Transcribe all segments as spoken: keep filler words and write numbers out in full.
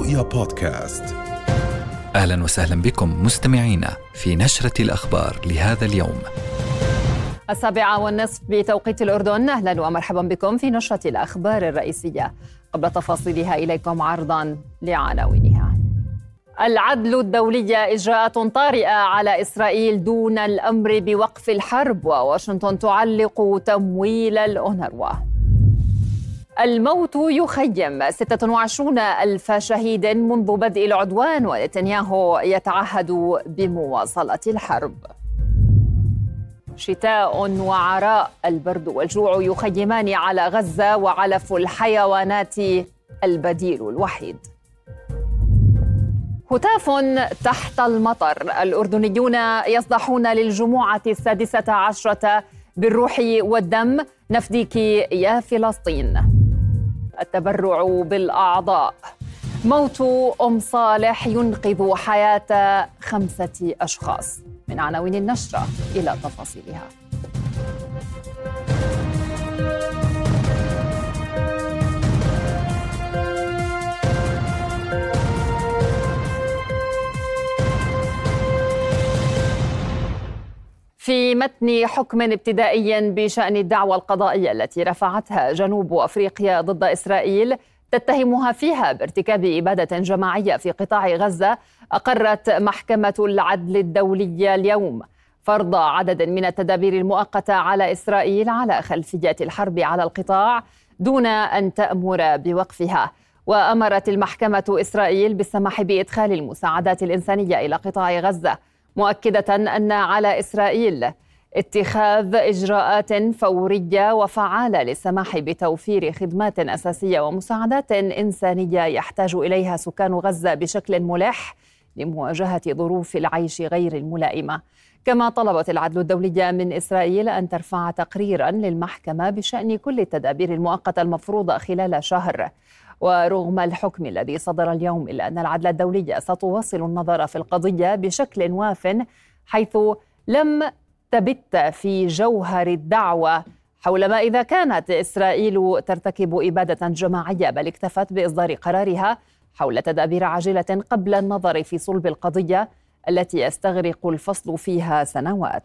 رؤيا بودكاست. أهلا وسهلا بكم مستمعينا في نشرة الأخبار لهذا اليوم. السابعة والنصف بتوقيت الأردن. أهلا ومرحبا بكم في نشرة الأخبار الرئيسية. قبل تفاصيلها إليكم عرضا لعناوينها. العدل الدولي إجراءات طارئة على إسرائيل دون الأمر بوقف الحرب، وواشنطن تعلق تمويل الأونروا. الموت يخيم، ستة وعشرين ألف شهيد منذ بدء العدوان، ونتنياهو يتعهد بمواصلة الحرب. شتاء وعراء، البرد والجوع يخيمان على غزة، وعلف الحيوانات البديل الوحيد. هتاف تحت المطر، الأردنيون يصدحون للجمعة السادسة عشرة بالروح والدم، نفديك يا فلسطين. التبرع بالأعضاء، موت أم صالح ينقذ حياة خمسة أشخاص. من عناوين النشرة إلى تفاصيلها. في متن حكم ابتدائي بشأن الدعوى القضائية التي رفعتها جنوب أفريقيا ضد إسرائيل تتهمها فيها بارتكاب إبادة جماعية في قطاع غزة، أقرت محكمة العدل الدولية اليوم فرض عدد من التدابير المؤقتة على إسرائيل على خلفية الحرب على القطاع دون أن تأمر بوقفها. وأمرت المحكمة إسرائيل بالسماح بإدخال المساعدات الإنسانية إلى قطاع غزة، مؤكدة أن على إسرائيل اتخاذ إجراءات فورية وفعالة للسماح بتوفير خدمات أساسية ومساعدات إنسانية يحتاج إليها سكان غزة بشكل ملح لمواجهة ظروف العيش غير الملائمة. كما طلبت العدل الدولي من إسرائيل أن ترفع تقريرا للمحكمة بشأن كل التدابير المؤقتة المفروضة خلال شهر. ورغم الحكم الذي صدر اليوم، إلا أن العدل الدولي ستواصل النظر في القضية بشكل واف، حيث لم تبت في جوهر الدعوة حول ما إذا كانت إسرائيل ترتكب إبادة جماعية، بل اكتفت بإصدار قرارها حول تدابير عاجلة قبل النظر في صلب القضية التي يستغرق الفصل فيها سنوات.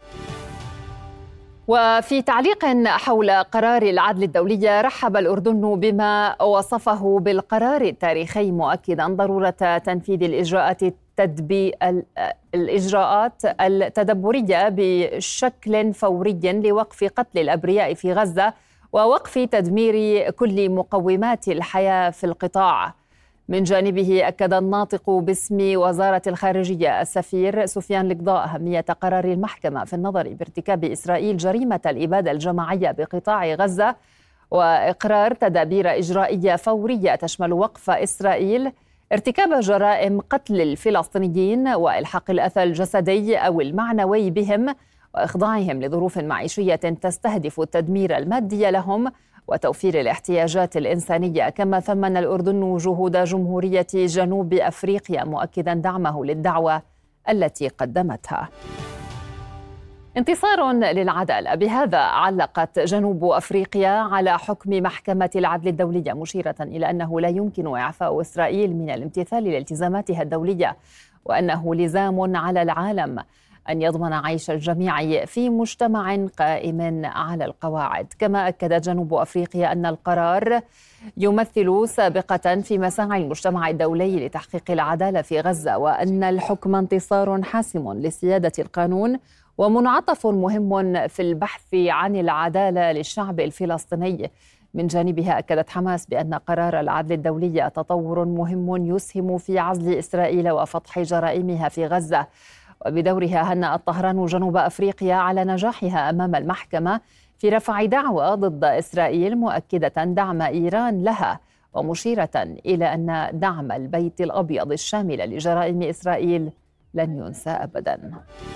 وفي تعليق حول قرار العدل الدولي، رحب الأردن بما وصفه بالقرار التاريخي، مؤكدا ضرورة تنفيذ الإجراءات التدبي الإجراءات التدبرية بشكل فوري لوقف قتل الأبرياء في غزة ووقف تدمير كل مقومات الحياة في القطاع. من جانبه أكد الناطق باسم وزارة الخارجية السفير سفيان القضاء أهمية قرار المحكمة في النظر بارتكاب إسرائيل جريمة الإبادة الجماعية بقطاع غزة، وإقرار تدابير إجرائية فورية تشمل وقف إسرائيل ارتكاب جرائم قتل الفلسطينيين وإلحاق الأذى الجسدي أو المعنوي بهم، وإخضاعهم لظروف معيشية تستهدف التدمير المادي لهم وتوفير الاحتياجات الإنسانية. كما ثمن الأردن جهود جمهورية جنوب أفريقيا، مؤكدا دعمه للدعوة التي قدمتها. انتصار للعدالة، بهذا علقت جنوب أفريقيا على حكم محكمة العدل الدولية، مشيرة إلى أنه لا يمكن إعفاء إسرائيل من الامتثال لالتزاماتها الدولية، وأنه لزام على العالم أن يضمن عيش الجميع في مجتمع قائم على القواعد. كما أكدت جنوب أفريقيا أن القرار يمثل سابقة في مساعي المجتمع الدولي لتحقيق العدالة في غزة، وأن الحكم انتصار حاسم لسيادة القانون ومنعطف مهم في البحث عن العدالة للشعب الفلسطيني. من جانبها أكدت حماس بأن قرار العدل الدولي تطور مهم يسهم في عزل إسرائيل وفتح جرائمها في غزة. وبدورها هنأت طهران جنوب أفريقيا على نجاحها أمام المحكمة في رفع دعوى ضد إسرائيل، مؤكدة دعم إيران لها، ومشيرة إلى أن دعم البيت الأبيض الشامل لجرائم إسرائيل لن ينسى أبدا.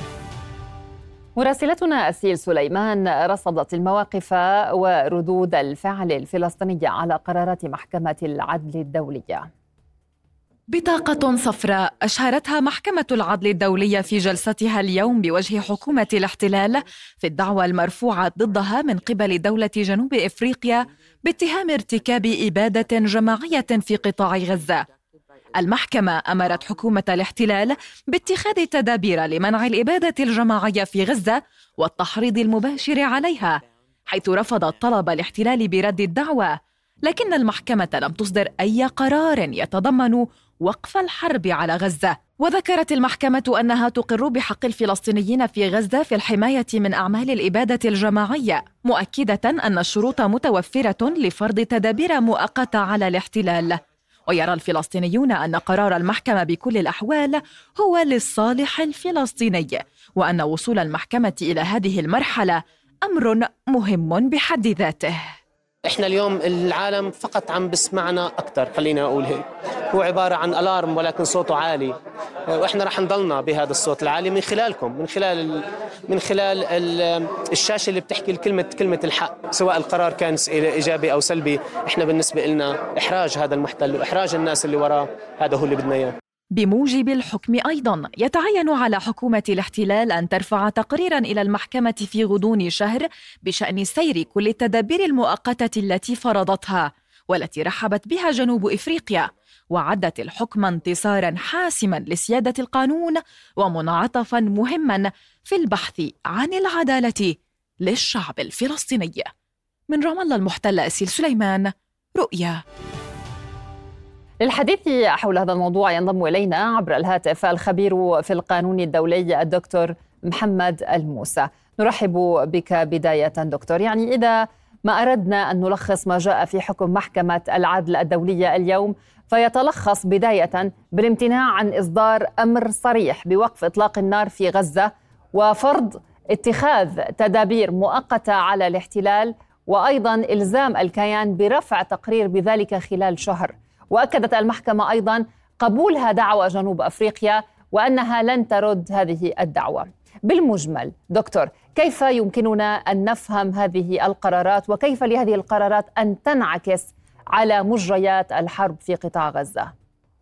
مراسلتنا أسيل سليمان رصدت المواقف وردود الفعل الفلسطينية على قرارات محكمة العدل الدولية. بطاقة صفراء أشهرتها محكمة العدل الدولية في جلستها اليوم بوجه حكومة الاحتلال في الدعوى المرفوعة ضدها من قبل دولة جنوب إفريقيا باتهام ارتكاب إبادة جماعية في قطاع غزة. المحكمة أمرت حكومة الاحتلال باتخاذ تدابير لمنع الإبادة الجماعية في غزة والتحريض المباشر عليها، حيث رفضت طلب الاحتلال برد الدعوى، لكن المحكمة لم تصدر أي قرار يتضمن وقف الحرب على غزة. وذكرت المحكمة أنها تقر بحق الفلسطينيين في غزة في الحماية من أعمال الإبادة الجماعية، مؤكدة أن الشروط متوفرة لفرض تدابير مؤقتة على الاحتلال. ويرى الفلسطينيون أن قرار المحكمة بكل الأحوال هو للصالح الفلسطيني، وأن وصول المحكمة إلى هذه المرحلة أمر مهم بحد ذاته. إحنا اليوم العالم فقط عم بسمعنا أكثر، خلينا أقول هيك، هو عبارة عن ألارم ولكن صوته عالي، وإحنا رح نضلنا بهذا الصوت العالي من خلالكم، من خلال من خلال الشاشة اللي بتحكي الكلمة كلمة الحق، سواء القرار كان إيجابي أو سلبي. إحنا بالنسبة لنا إحراج هذا المحتل وإحراج الناس اللي وراه، هذا هو اللي بدنا إياه. بموجب الحكم أيضاً يتعين على حكومة الاحتلال أن ترفع تقريراً إلى المحكمة في غضون شهر بشأن سير كل التدابير المؤقتة التي فرضتها والتي رحبت بها جنوب إفريقيا، وعدت الحكم انتصاراً حاسماً لسيادة القانون ومنعطفاً مهماً في البحث عن العدالة للشعب الفلسطيني. من رام الله المحتلة أسيل سليمان، رؤيا. للحديث حول هذا الموضوع ينضم إلينا عبر الهاتف الخبير في القانون الدولي الدكتور محمد الموسى. نرحب بك بداية دكتور. يعني إذا ما أردنا أن نلخص ما جاء في حكم محكمة العدل الدولية اليوم، فيتلخص بداية بالامتناع عن إصدار أمر صريح بوقف إطلاق النار في غزة وفرض اتخاذ تدابير مؤقتة على الاحتلال، وأيضا إلزام الكيان برفع تقرير بذلك خلال شهر. وأكدت المحكمة أيضا قبولها دعوى جنوب أفريقيا وأنها لن ترد هذه الدعوة. بالمجمل دكتور، كيف يمكننا أن نفهم هذه القرارات، وكيف لهذه القرارات أن تنعكس على مجريات الحرب في قطاع غزة؟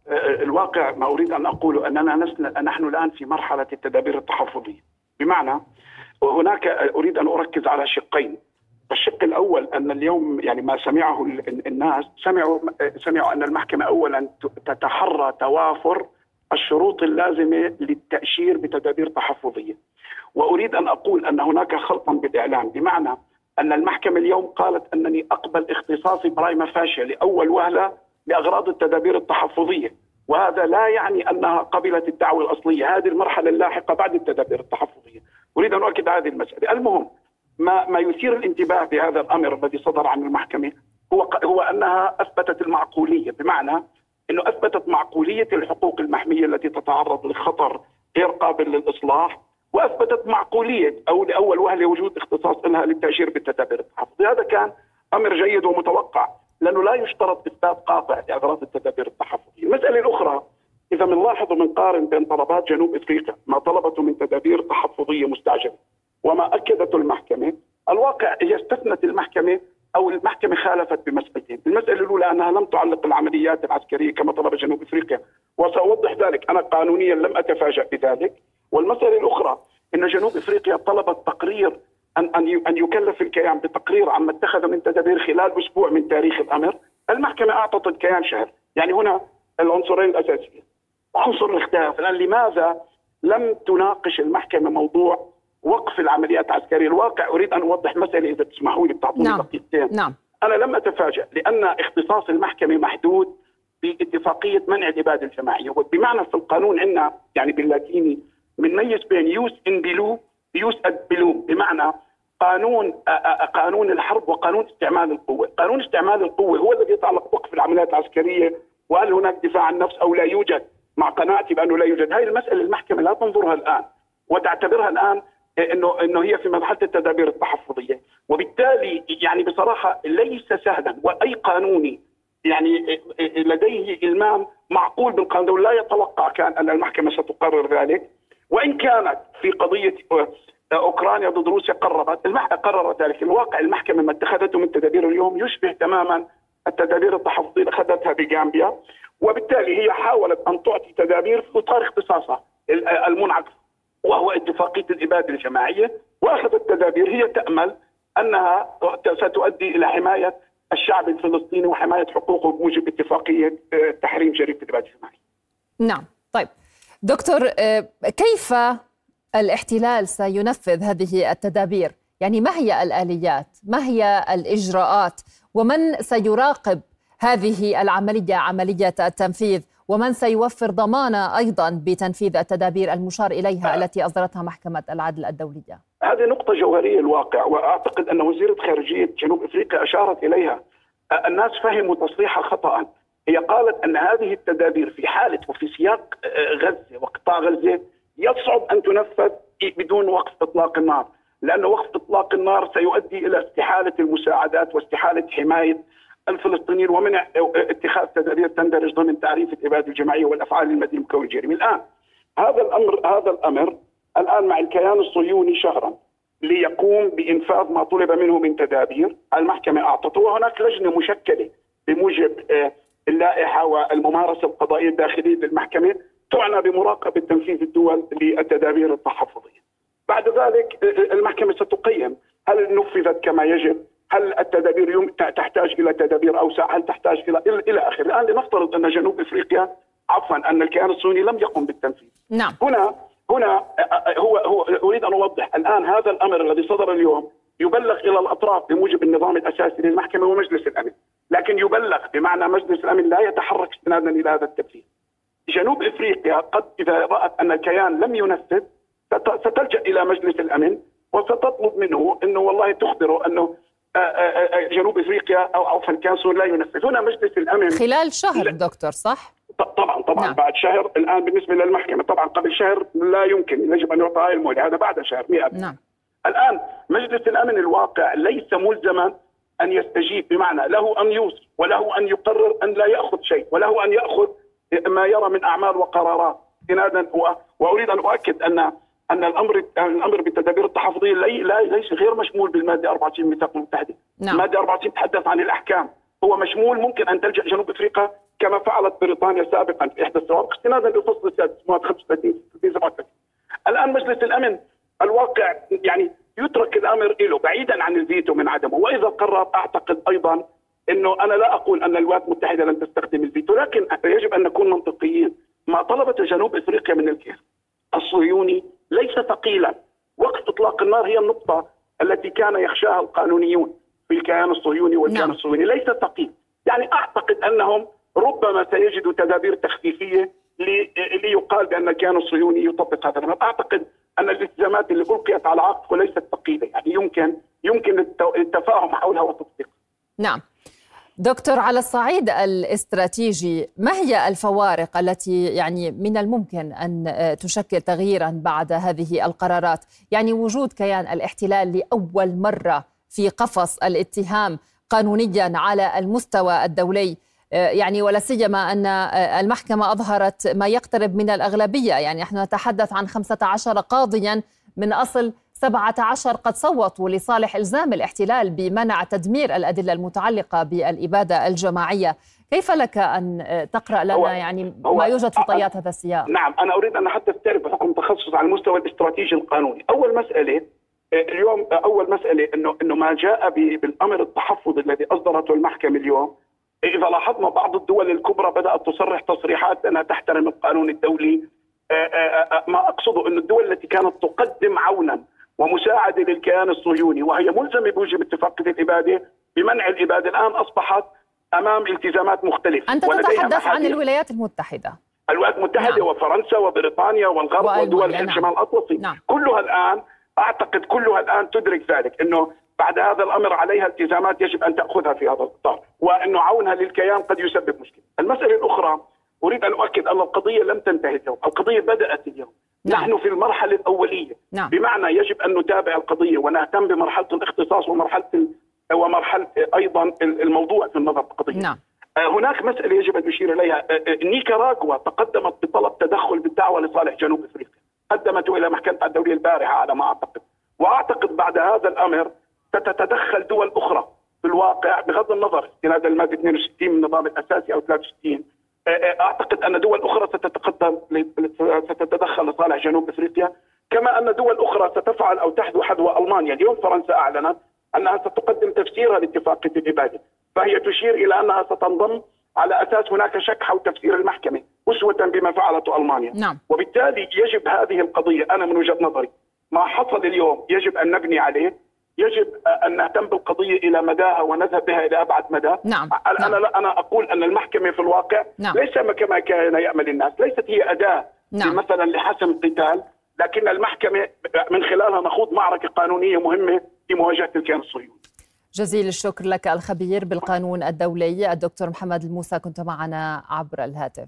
الواقع ما أريد أن أقوله أننا نحن الآن في مرحلة التدابير التحفظية، بمعنى هناك أريد أن أركز على شقين. الشق الأول أن اليوم يعني ما سمعه الناس سمعوا سمعوا أن المحكمة أولا تتحرى توافر الشروط اللازمة للتأشير بتدابير تحفظية. وأريد أن أقول أن هناك خلطا بالإعلام، بمعنى أن المحكمة اليوم قالت أنني أقبل اختصاصي برايما فاشيا لأول وهلة لأغراض التدابير التحفظية، وهذا لا يعني أنها قبلت الدعوة الأصلية. هذه المرحلة اللاحقة بعد التدابير التحفظية. أريد أن أؤكد هذه المسألة. المهم ما ما يثير الانتباه بهذا الأمر الذي صدر عن المحكمة هو هو أنها أثبتت المعقولية، بمعنى أنه أثبتت معقولية الحقوق المحمية التي تتعرض لخطر غير قابل للإصلاح، وأثبتت معقولية أو لأول وهلة وجود اختصاص لها للتأشير بالتدابير التحفظية. هذا كان أمر جيد ومتوقع، لأنه لا يشترط إثبات قاطع لأغراض التدابير التحفظية. المسألة الأخرى، إذا بنلاحظ وبنقارن بين طلبات جنوب إفريقيا ما طلبته من تدابير تحفظية مستعجلة وما أكدته المحكمة، الواقع هي استثنت المحكمة أو المحكمة خالفت بمسألتين. المسألة الأولى أنها لم تعلق العمليات العسكرية كما طلب جنوب إفريقيا، وسأوضح ذلك، أنا قانونيا لم أتفاجأ بذلك. والمسألة الأخرى أن جنوب إفريقيا طلبت تقرير أن أن أن يكلف الكيان بتقرير عما اتخذ من تدابير خلال أسبوع من تاريخ الأمر. المحكمة أعطت الكيان شهر. يعني هنا العنصرين الأساسيين. عنصر الاختلاف الآن، لماذا لم تناقش المحكمة موضوع وقف العمليات العسكرية؟ الواقع أريد أن أوضح مسألة إذا تسمحوا لي بتعطوني نعم. دقيقتين. نعم. أنا لم أتفاجأ لأن اختصاص المحكمة محدود باتفاقية منع الإبادة الجماعية، وبمعنى في القانون عندنا يعني باللاتيني بنميز بين يوس إن بلو يوس أد بلوم، بمعنى قانون قانون الحرب وقانون استعمال القوة. قانون استعمال القوة هو الذي يتعلق بوقف العمليات العسكرية، وهل هناك دفاع عن النفس أو لا يوجد، مع قناعتي بأنه لا يوجد. هذه المسألة المحكمة لا تنظرها الآن وتعتبرها الآن انه انه هي في مرحله التدابير التحفظيه، وبالتالي يعني بصراحه ليس سهلا، واي قانوني يعني لديه المام معقول بالقانون لا يتوقع كان ان المحكمه ستقرر ذلك. وان كانت في قضيه اوكرانيا ضد روسيا قررت المحكمه قررت ذلك. الواقع المحكمه ما اتخذته من تدابير اليوم يشبه تماما التدابير التحفظيه اللي اخذتها بغامبيا، وبالتالي هي حاولت ان تعطي تدابير في اطار اختصاصها المنعكس وهو اتفاقية الإبادة الجماعية، وأخذت تدابير هي تأمل أنها ستؤدي إلى حماية الشعب الفلسطيني وحماية حقوقه بموجب اتفاقية تحريم جريمة الإبادة الجماعية. نعم. طيب دكتور، كيف الاحتلال سينفذ هذه التدابير؟ يعني ما هي الآليات؟ ما هي الإجراءات؟ ومن سيراقب هذه العملية، عملية التنفيذ؟ ومن سيوفر ضمانة أيضا بتنفيذ التدابير المشار إليها التي أصدرتها محكمة العدل الدولية؟ هذه نقطة جوهرية الواقع، وأعتقد أن وزيرة خارجية جنوب أفريقيا أشارت إليها. الناس فهموا تصريحها خطأ. هي قالت أن هذه التدابير في حالة وفي سياق غزة وقطاع غزة يصعب أن تنفذ بدون وقف إطلاق النار، لأن وقف إطلاق النار سيؤدي إلى استحالة المساعدات واستحالة حماية الفلسطينيين ومنع اتخاذ تدابير تندرج ضمن تعريف الإبادة الجماعية والأفعال المدنية مكون الجريمة. الآن هذا الأمر هذا الأمر الآن مع الكيان الصهيوني شهرا ليقوم بإنفاذ ما طلب منه من تدابير المحكمة أعطته، وهناك لجنة مشكلة بموجب اللائحة والممارسة القضائية الداخلية للمحكمة تعنى بمراقبة تنفيذ الدول للتدابير التحفظية. بعد ذلك المحكمة ستقيم هل نفذت كما يجب، هل التدابير تحتاج إلى تدابير أوسع، هل تحتاج إلى إلى آخره. الآن لنفترض أن جنوب أفريقيا عفوا أن الكيان الصهيوني لم يقم بالتنفيذ. نعم. هنا هنا هو هو أريد أن أوضح. الآن هذا الأمر الذي صدر اليوم يبلغ إلى الأطراف بموجب النظام الأساسي للمحكمة ومجلس الأمن، لكن يبلغ بمعنى مجلس الأمن لا يتحرك استنادا إلى هذا التنفيذ. جنوب أفريقيا قد إذا رأت أن الكيان لم ينفذ ستلجأ إلى مجلس الأمن وستطلب منه أنه والله تخبره أنه جنوب أفريقيا أو عفوا الكيان لا ينفذ. هنا مجلس الأمن خلال شهر دكتور صح؟ طبعا طبعا نعم. بعد شهر. الآن بالنسبة للمحكمة طبعا قبل شهر لا يمكن، يجب أن يعطى هاي المولى، هذا بعد شهر مئة بالمئة. نعم. الآن مجلس الأمن الواقع ليس ملزما أن يستجيب، بمعنى له أن يوصي وله أن يقرر أن لا يأخذ شيء وله أن يأخذ ما يرى من أعمال وقرارات استنادا. وأريد أن أؤكد أن أن الأمر الأمر بالتدابير التحفظية لا ليس غير مشمول بالمادة أربعة وعشرين من الميثاق المتحدة. نعم. المادة أربعة وعشرين تتحدث عن الأحكام، هو مشمول ممكن أن تلجأ جنوب أفريقيا كما فعلت بريطانيا سابقا في إحدى السوابق استنادا للفصل السادس مواد خمسة وثلاثين سبعة وثلاثين. الآن مجلس الأمن الواقع يعني يترك الأمر له بعيدا عن الفيتو من عدمه، وإذا قرر أعتقد أيضا أنه أنا لا أقول أن الولايات المتحدة لن تستخدم الفيتو، لكن يجب أن نكون منطقيين. ما طلبت جنوب أفريقيا من الكيان الصهيوني ليس ثقيلا. وقف إطلاق النار هي النقطة التي كان يخشاها القانونيون في الكيان الصهيوني والكيان نعم. الصهيوني ليس ثقيل. يعني أعتقد أنهم ربما سيجدوا تدابير تخفيفية ليقال بأن الكيان الصهيوني يطبق هذا الأمر. أعتقد أن الالتزامات اللي ألقيت على عاتقه ليست ثقيلة، يعني يمكن يمكن التفاهم حولها وتطبيقها. نعم. دكتور، على الصعيد الاستراتيجي ما هي الفوارق التي يعني من الممكن أن تشكل تغييرا بعد هذه القرارات؟ يعني وجود كيان الاحتلال لأول مرة في قفص الاتهام قانونيا على المستوى الدولي، يعني ولا سيما أن المحكمة أظهرت ما يقترب من الأغلبية، يعني نحن نتحدث عن خمسة عشر قاضيا من أصل سبعة عشر قد صوتوا لصالح إلزام الاحتلال بمنع تدمير الأدلة المتعلقة بالإبادة الجماعية. كيف لك أن تقرأ لنا يعني ما يوجد في طيات هذا السياق؟ نعم، أنا أريد أن أتحدث تعرف بحكم تخصص على المستوى الاستراتيجي القانوني. أول مسألة اليوم أول مسألة إنه إنه ما جاء بالأمر التحفظ الذي أصدرته المحكمة اليوم، إذا لاحظنا بعض الدول الكبرى بدأت تصرح تصريحات أنها تحترم القانون الدولي. ما أقصده أن الدول التي كانت تقدم عونا ومساعدة للكيان الصهيوني وهي ملزمة بوجب اتفاقية الإبادة بمنع الإبادة الآن أصبحت أمام التزامات مختلفة. أنت تتحدث عن الولايات المتحدة. الولايات المتحدة نعم. وفرنسا وبريطانيا والغرب ودول نعم. الشمال الأطلسي نعم. كلها الآن أعتقد كلها الآن تدرك ذلك، أنه بعد هذا الأمر عليها التزامات يجب أن تأخذها في هذا الإطار، وأنه عونها للكيان قد يسبب مشكلة. المسألة الأخرى أريد أن أؤكد أن القضية لم تنتهي اليوم، القضية بدأت اليوم. نعم. نحن في المرحلة الأولية نعم. بمعنى يجب أن نتابع القضية ونهتم بمرحلة الاختصاص ومرحلة ومرحلة أيضا الموضوع في النظر القضية نعم. هناك مسألة يجب أن نشير إليها. نيكاراغوا تقدمت بطلب تدخل بالدعوة لصالح جنوب أفريقيا، قدمته إلى محكمة الدولية البارحة على ما أعتقد، وأعتقد بعد هذا الأمر ستتدخل دول أخرى في الواقع بغض النظر استناد المادة اثنين وستين من النظام الأساسي أو ثلاثة وستين. أعتقد أن دول أخرى ستتقدم ستتدخل لصالح جنوب أفريقيا، كما أن دول أخرى ستفعل أو تحذو حذو ألمانيا. اليوم فرنسا أعلنت أنها ستقدم تفسيرها لاتفاقية الإبادة. فهي تشير إلى أنها ستنضم على أساس هناك شك حول تفسير المحكمة أسوة بما فعلته ألمانيا. نعم. وبالتالي يجب هذه القضية، أنا من وجهة نظري ما حصل اليوم يجب أن نبني عليه، يجب أن نهتم بالقضية إلى مداها ونذهب بها إلى أبعد مدى. نعم. أنا نعم. لا أنا أقول أن المحكمة في الواقع نعم. ليس كما كان يأمل الناس، ليست هي أداة نعم. مثلا لحسم قتال، لكن المحكمة من خلالها نخوض معركة قانونية مهمة في مواجهة الكيان الصهيوني. جزيل الشكر لك الخبير بالقانون الدولي الدكتور محمد الموسى، كنت معنا عبر الهاتف.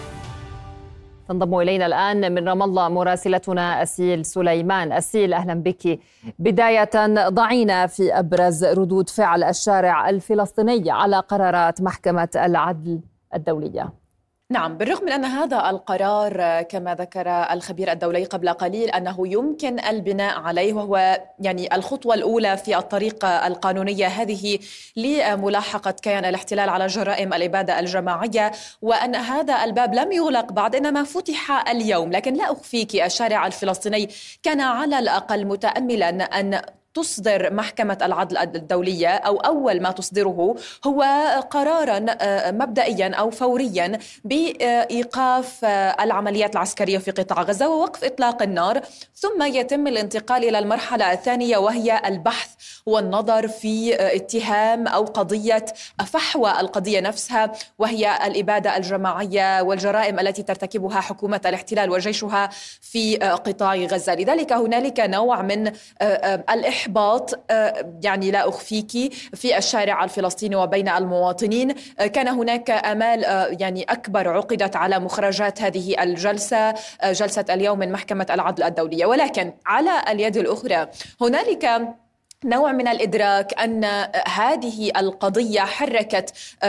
تنضم إلينا الآن من رام الله مراسلتنا أسيل سليمان. أسيل، أهلا بك. بداية ضعينا في أبرز ردود فعل الشارع الفلسطيني على قرارات محكمة العدل الدولية. نعم، بالرغم من أن هذا القرار كما ذكر الخبير الدولي قبل قليل أنه يمكن البناء عليه، وهو يعني الخطوة الأولى في الطريقة القانونية هذه لملاحقة كيان الاحتلال على جرائم الإبادة الجماعية، وأن هذا الباب لم يغلق بعد إنما فتح اليوم. لكن لا أخفيك الشارع الفلسطيني كان على الأقل متأملا أن تصدر محكمة العدل الدولية أو أول ما تصدره هو قرارا مبدئيا أو فوريا بإيقاف العمليات العسكرية في قطاع غزة ووقف إطلاق النار، ثم يتم الانتقال إلى المرحلة الثانية وهي البحث والنظر في اتهام أو قضية فحوى القضية نفسها، وهي الإبادة الجماعية والجرائم التي ترتكبها حكومة الاحتلال وجيشها في قطاع غزة. لذلك هنالك نوع من الإحباط إحباط يعني لا أخفيك في الشارع الفلسطيني وبين المواطنين. كان هناك آمال يعني أكبر عقدت على مخرجات هذه الجلسة، جلسة اليوم من محكمة العدل الدولية، ولكن على اليد الأخرى هنالك نوع من الإدراك أن هذه القضية حركت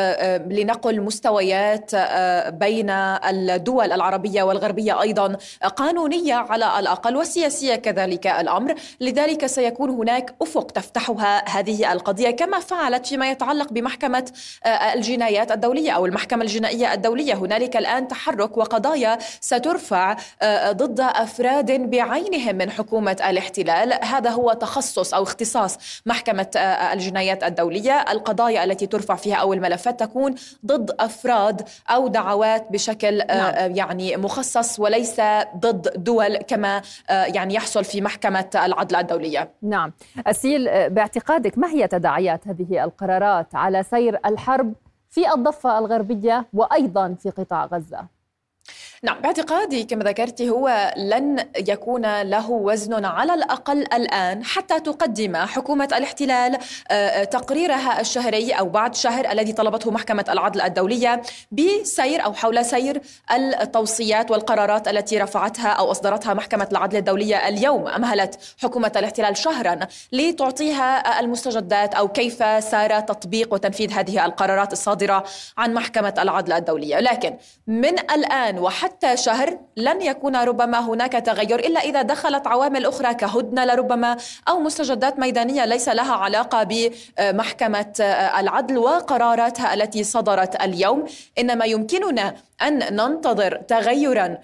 لنقل مستويات بين الدول العربية والغربية أيضا قانونية على الأقل وسياسية كذلك الأمر. لذلك سيكون هناك أفق تفتحها هذه القضية كما فعلت فيما يتعلق بمحكمة الجنايات الدولية أو المحكمة الجنائية الدولية. هنالك الآن تحرك وقضايا سترفع ضد أفراد بعينهم من حكومة الاحتلال. هذا هو تخصص أو اختصاص محكمة الجنايات الدولية. القضايا التي ترفع فيها أو الملفات تكون ضد أفراد أو دعوات بشكل نعم. يعني مخصص وليس ضد دول كما يعني يحصل في محكمة العدل الدولية. نعم. أسيل، باعتقادك ما هي تداعيات هذه القرارات على سير الحرب في الضفة الغربية وأيضا في قطاع غزة؟ نعم، باعتقادي كما ذكرت هو لن يكون له وزن على الأقل الآن حتى تقدم حكومة الاحتلال تقريرها الشهري أو بعد شهر الذي طلبته محكمة العدل الدولية بسير أو حول سير التوصيات والقرارات التي رفعتها أو أصدرتها محكمة العدل الدولية اليوم. أمهلت حكومة الاحتلال شهرا لتعطيها المستجدات أو كيف سار تطبيق وتنفيذ هذه القرارات الصادرة عن محكمة العدل الدولية، لكن من الآن وحتى حتى شهر لن يكون ربما هناك تغير إلا إذا دخلت عوامل أخرى كهدنة لربما أو مستجدات ميدانية ليس لها علاقة بمحكمة العدل وقراراتها التي صدرت اليوم. إنما يمكننا أن ننتظر تغيرا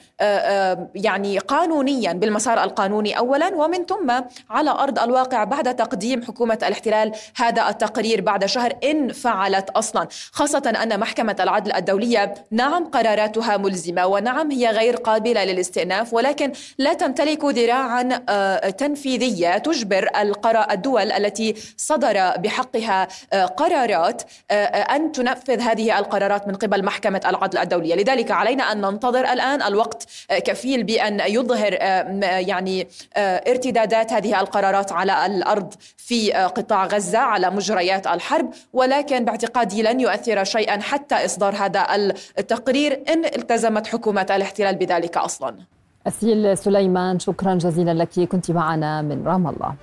يعني قانونيا بالمسار القانوني أولا، ومن ثم على أرض الواقع بعد تقديم حكومة الاحتلال هذا التقرير بعد شهر إن فعلت أصلا، خاصة أن محكمة العدل الدولية نعم قراراتها ملزمة ونعم هي غير قابلة للاستئناف، ولكن لا تمتلك ذراعا تنفيذية تجبر الدول التي صدر بحقها قرارات أن تنفذ هذه القرارات من قبل محكمة العدل الدولية. لذلك علينا أن ننتظر الآن، الوقت كفيل بأن يظهر يعني ارتدادات هذه القرارات على الأرض في قطاع غزة على مجريات الحرب، ولكن باعتقادي لن يؤثر شيئا حتى إصدار هذا التقرير إن التزمت حكومة الاحتلال بذلك أصلا. أسيل سليمان، شكرا جزيلا لك، كنت معنا من رام الله.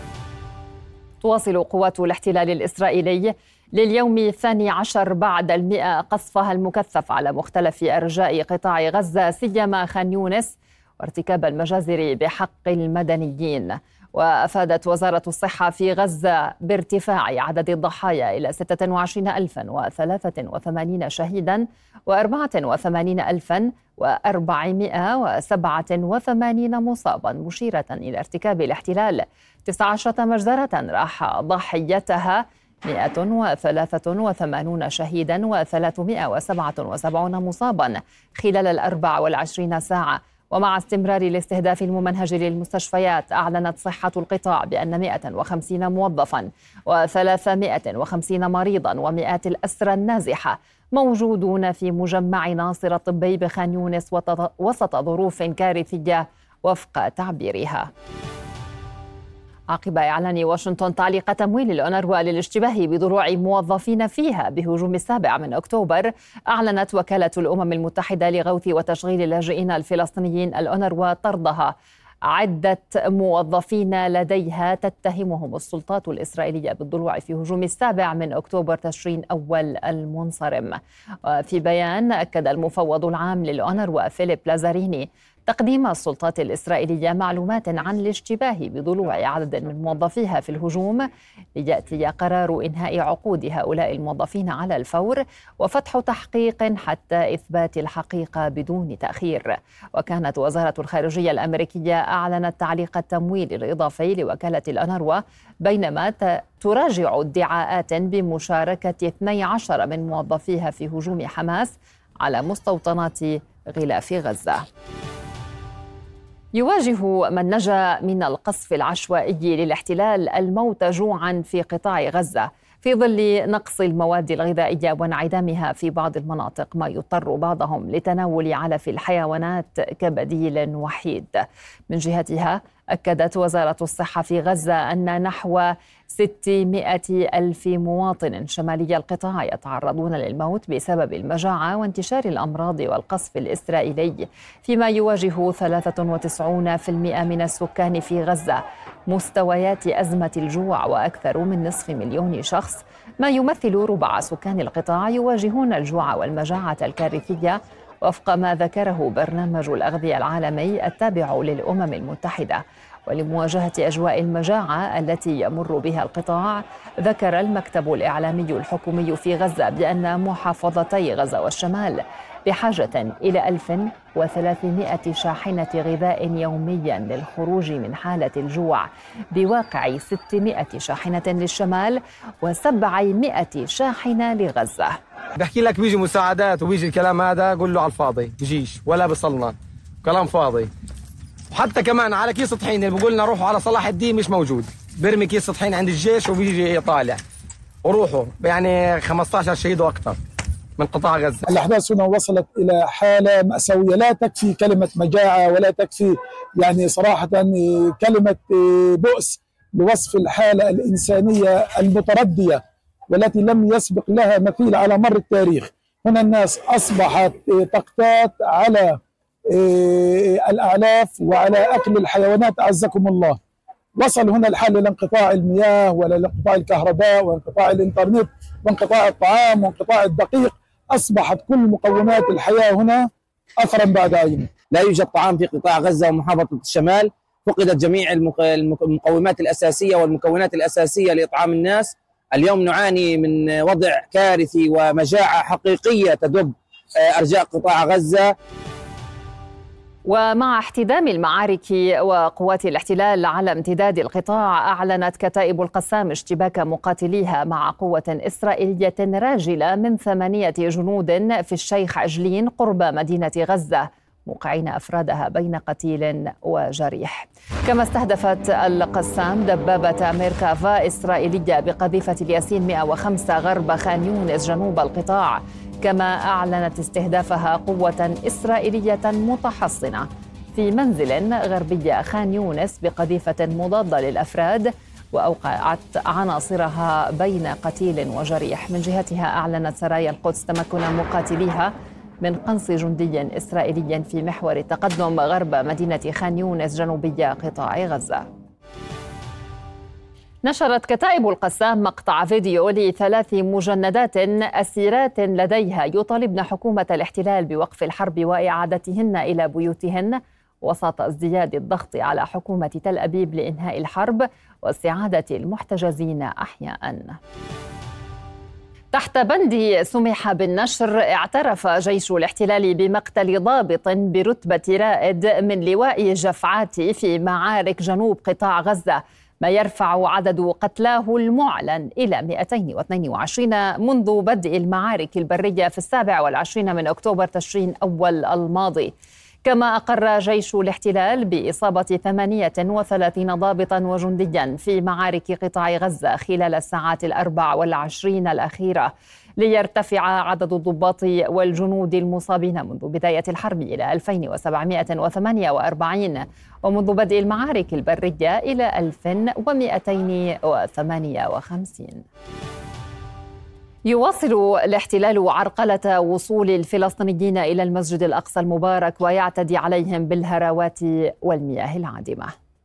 تواصل قوات الاحتلال الإسرائيلي لليوم الثاني عشر بعد المئة قصفها المكثف على مختلف أرجاء قطاع غزة سيما خان يونس وارتكاب المجازر بحق المدنيين. وأفادت وزارة الصحة في غزة بارتفاع عدد الضحايا إلى ستة وعشرين ألفا وثلاثة وثمانين شهيدا وأربعة وثمانين ألفا وأربعمائة وسبعة وثمانين مصابا، مشيرة إلى ارتكاب الاحتلال تسعة عشر مجزرة راح ضحيتها مئة وثلاثة وثمانين شهيدا وثلاثمئة وسبعة وسبعين مصابا خلال الأربع والعشرين ساعة. ومع استمرار الاستهداف الممنهج للمستشفيات، أعلنت صحة القطاع بأن مئة وخمسين موظفا وثلاثمئة وخمسين مريضا ومئات الأسرى النازحة موجودون في مجمع ناصر الطبي بخان يونس وسط ظروف كارثية وفق تعبيرها. عقب إعلان واشنطن تعليق تمويل الأونروا للاشتباه بضلوع موظفين فيها بهجوم السابع من أكتوبر، أعلنت وكالة الأمم المتحدة لغوث وتشغيل اللاجئين الفلسطينيين الأونروا طردها عدة موظفين لديها تتهمهم السلطات الإسرائيلية بالضلوع في هجوم السابع من أكتوبر تشرين أول المنصرم. في بيان أكد المفوض العام للأونروا فيليب لازاريني تقديم السلطات الإسرائيلية معلومات عن الاشتباه بضلوع عدد من موظفيها في الهجوم، ليأتي قرار إنهاء عقود هؤلاء الموظفين على الفور وفتح تحقيق حتى إثبات الحقيقة بدون تأخير. وكانت وزارة الخارجية الأمريكية أعلنت تعليق التمويل الإضافي لوكالة الأونروا، بينما تراجع ادعاءات بمشاركة اثني عشر من موظفيها في هجوم حماس على مستوطنات غلاف غزة. يواجه من نجا من القصف العشوائي للاحتلال الموت جوعا في قطاع غزة في ظل نقص المواد الغذائية وانعدامها في بعض المناطق، ما يضطر بعضهم لتناول علف الحيوانات كبديل وحيد. من جهتها أكدت وزارة الصحة في غزة أن نحو ستمائة ألف مواطن شمالي القطاع يتعرضون للموت بسبب المجاعة وانتشار الأمراض والقصف الإسرائيلي، فيما يواجه ثلاثة وتسعين بالمئة من السكان في غزة مستويات أزمة الجوع، وأكثر من نصف مليون شخص ما يمثل ربع سكان القطاع يواجهون الجوع والمجاعة الكارثية، وفق ما ذكره برنامج الأغذية العالمي التابع للأمم المتحدة. ولمواجهة أجواء المجاعة التي يمر بها القطاع، ذكر المكتب الإعلامي الحكومي في غزة بأن محافظتي غزة والشمال بحاجة إلى ألف وثلاثمائة شاحنة غذاء يوميا للخروج من حالة الجوع، بواقع ستمائة شاحنة للشمال وسبعمائة شاحنة لغزة. بحكي لك بيجي مساعدات وبيجي الكلام هذا، قول له على الفاضي بيجيش ولا بصلنا، كلام فاضي. وحتى كمان على كيس طحين اللي بقول لنا روحوا على صلاح الدين مش موجود، برمي كيس طحين عند الجيش وبيجي طالع وروحوا، يعني خمسة عشر شهيد واكثر من قطاع غزة. الأحداث هنا وصلت إلى حالة مأساوية، لا تكفي كلمة مجاعة ولا تكفي يعني صراحة كلمة بؤس لوصف الحالة الإنسانية المتردية والتي لم يسبق لها مثيل على مر التاريخ. هنا الناس أصبحت تقتات على الأعلاف وعلى أكل الحيوانات أعزكم الله. وصل هنا الحال إلى انقطاع المياه ولا انقطاع الكهرباء وانقطاع الإنترنت وانقطاع الطعام وانقطاع الدقيق. أصبحت كل مقومات الحياة هنا أثرا بعد عين. لا يوجد طعام في قطاع غزة ومحافظة الشمال، فقدت جميع المقومات الأساسية والمكونات الأساسية لإطعام الناس. اليوم نعاني من وضع كارثي ومجاعة حقيقية تدب أرجاء قطاع غزة. ومع احتدام المعارك وقوات الاحتلال على امتداد القطاع، أعلنت كتائب القسام اشتباك مقاتليها مع قوة إسرائيلية راجلة من ثمانية جنود في الشيخ عجلين قرب مدينة غزة، موقعين أفرادها بين قتيل وجريح. كما استهدفت القسام دبابة ميركافا إسرائيلية بقذيفة الياسين مئة وخمسة غرب خان يونس جنوب القطاع، كما أعلنت استهدافها قوة إسرائيلية متحصنة في منزل غربي خان يونس بقذيفة مضادة للأفراد، وأوقعت عناصرها بين قتيل وجريح. من جهتها أعلنت سرايا القدس تمكن مقاتليها من قنص جندي إسرائيلي في محور التقدم غرب مدينة خان يونس جنوبي قطاع غزة. نشرت كتائب القسام مقطع فيديو لثلاث مجندات أسيرات لديها يطالبن حكومة الاحتلال بوقف الحرب وإعادتهن إلى بيوتهن، وسط ازدياد الضغط على حكومة تل أبيب لإنهاء الحرب واستعادة المحتجزين أحياء. تحت بند سمح بالنشر، اعترف جيش الاحتلال بمقتل ضابط برتبة رائد من لواء جفعاتي في معارك جنوب قطاع غزة، ما يرفع عدد قتلاه المعلن إلى مئتين واثنين وعشرين منذ بدء المعارك البرية في السابع والعشرين من أكتوبر تشرين أول الماضي. كما أقر جيش الاحتلال بإصابة ثمانية وثلاثين ضابطا وجنديا في معارك قطاع غزة خلال الساعات الأربع والعشرين الأخيرة، ليرتفع عدد الضباط والجنود المصابين منذ بداية الحرب إلى ألفين وسبعمئة وثمانية وأربعين، ومنذ بدء المعارك البرية إلى ألف ومئتين وثمانية وخمسين. يواصل الاحتلال عرقلة وصول الفلسطينيين إلى المسجد الأقصى المبارك ويعتدي عليهم بالهراوات والمياه العادمة.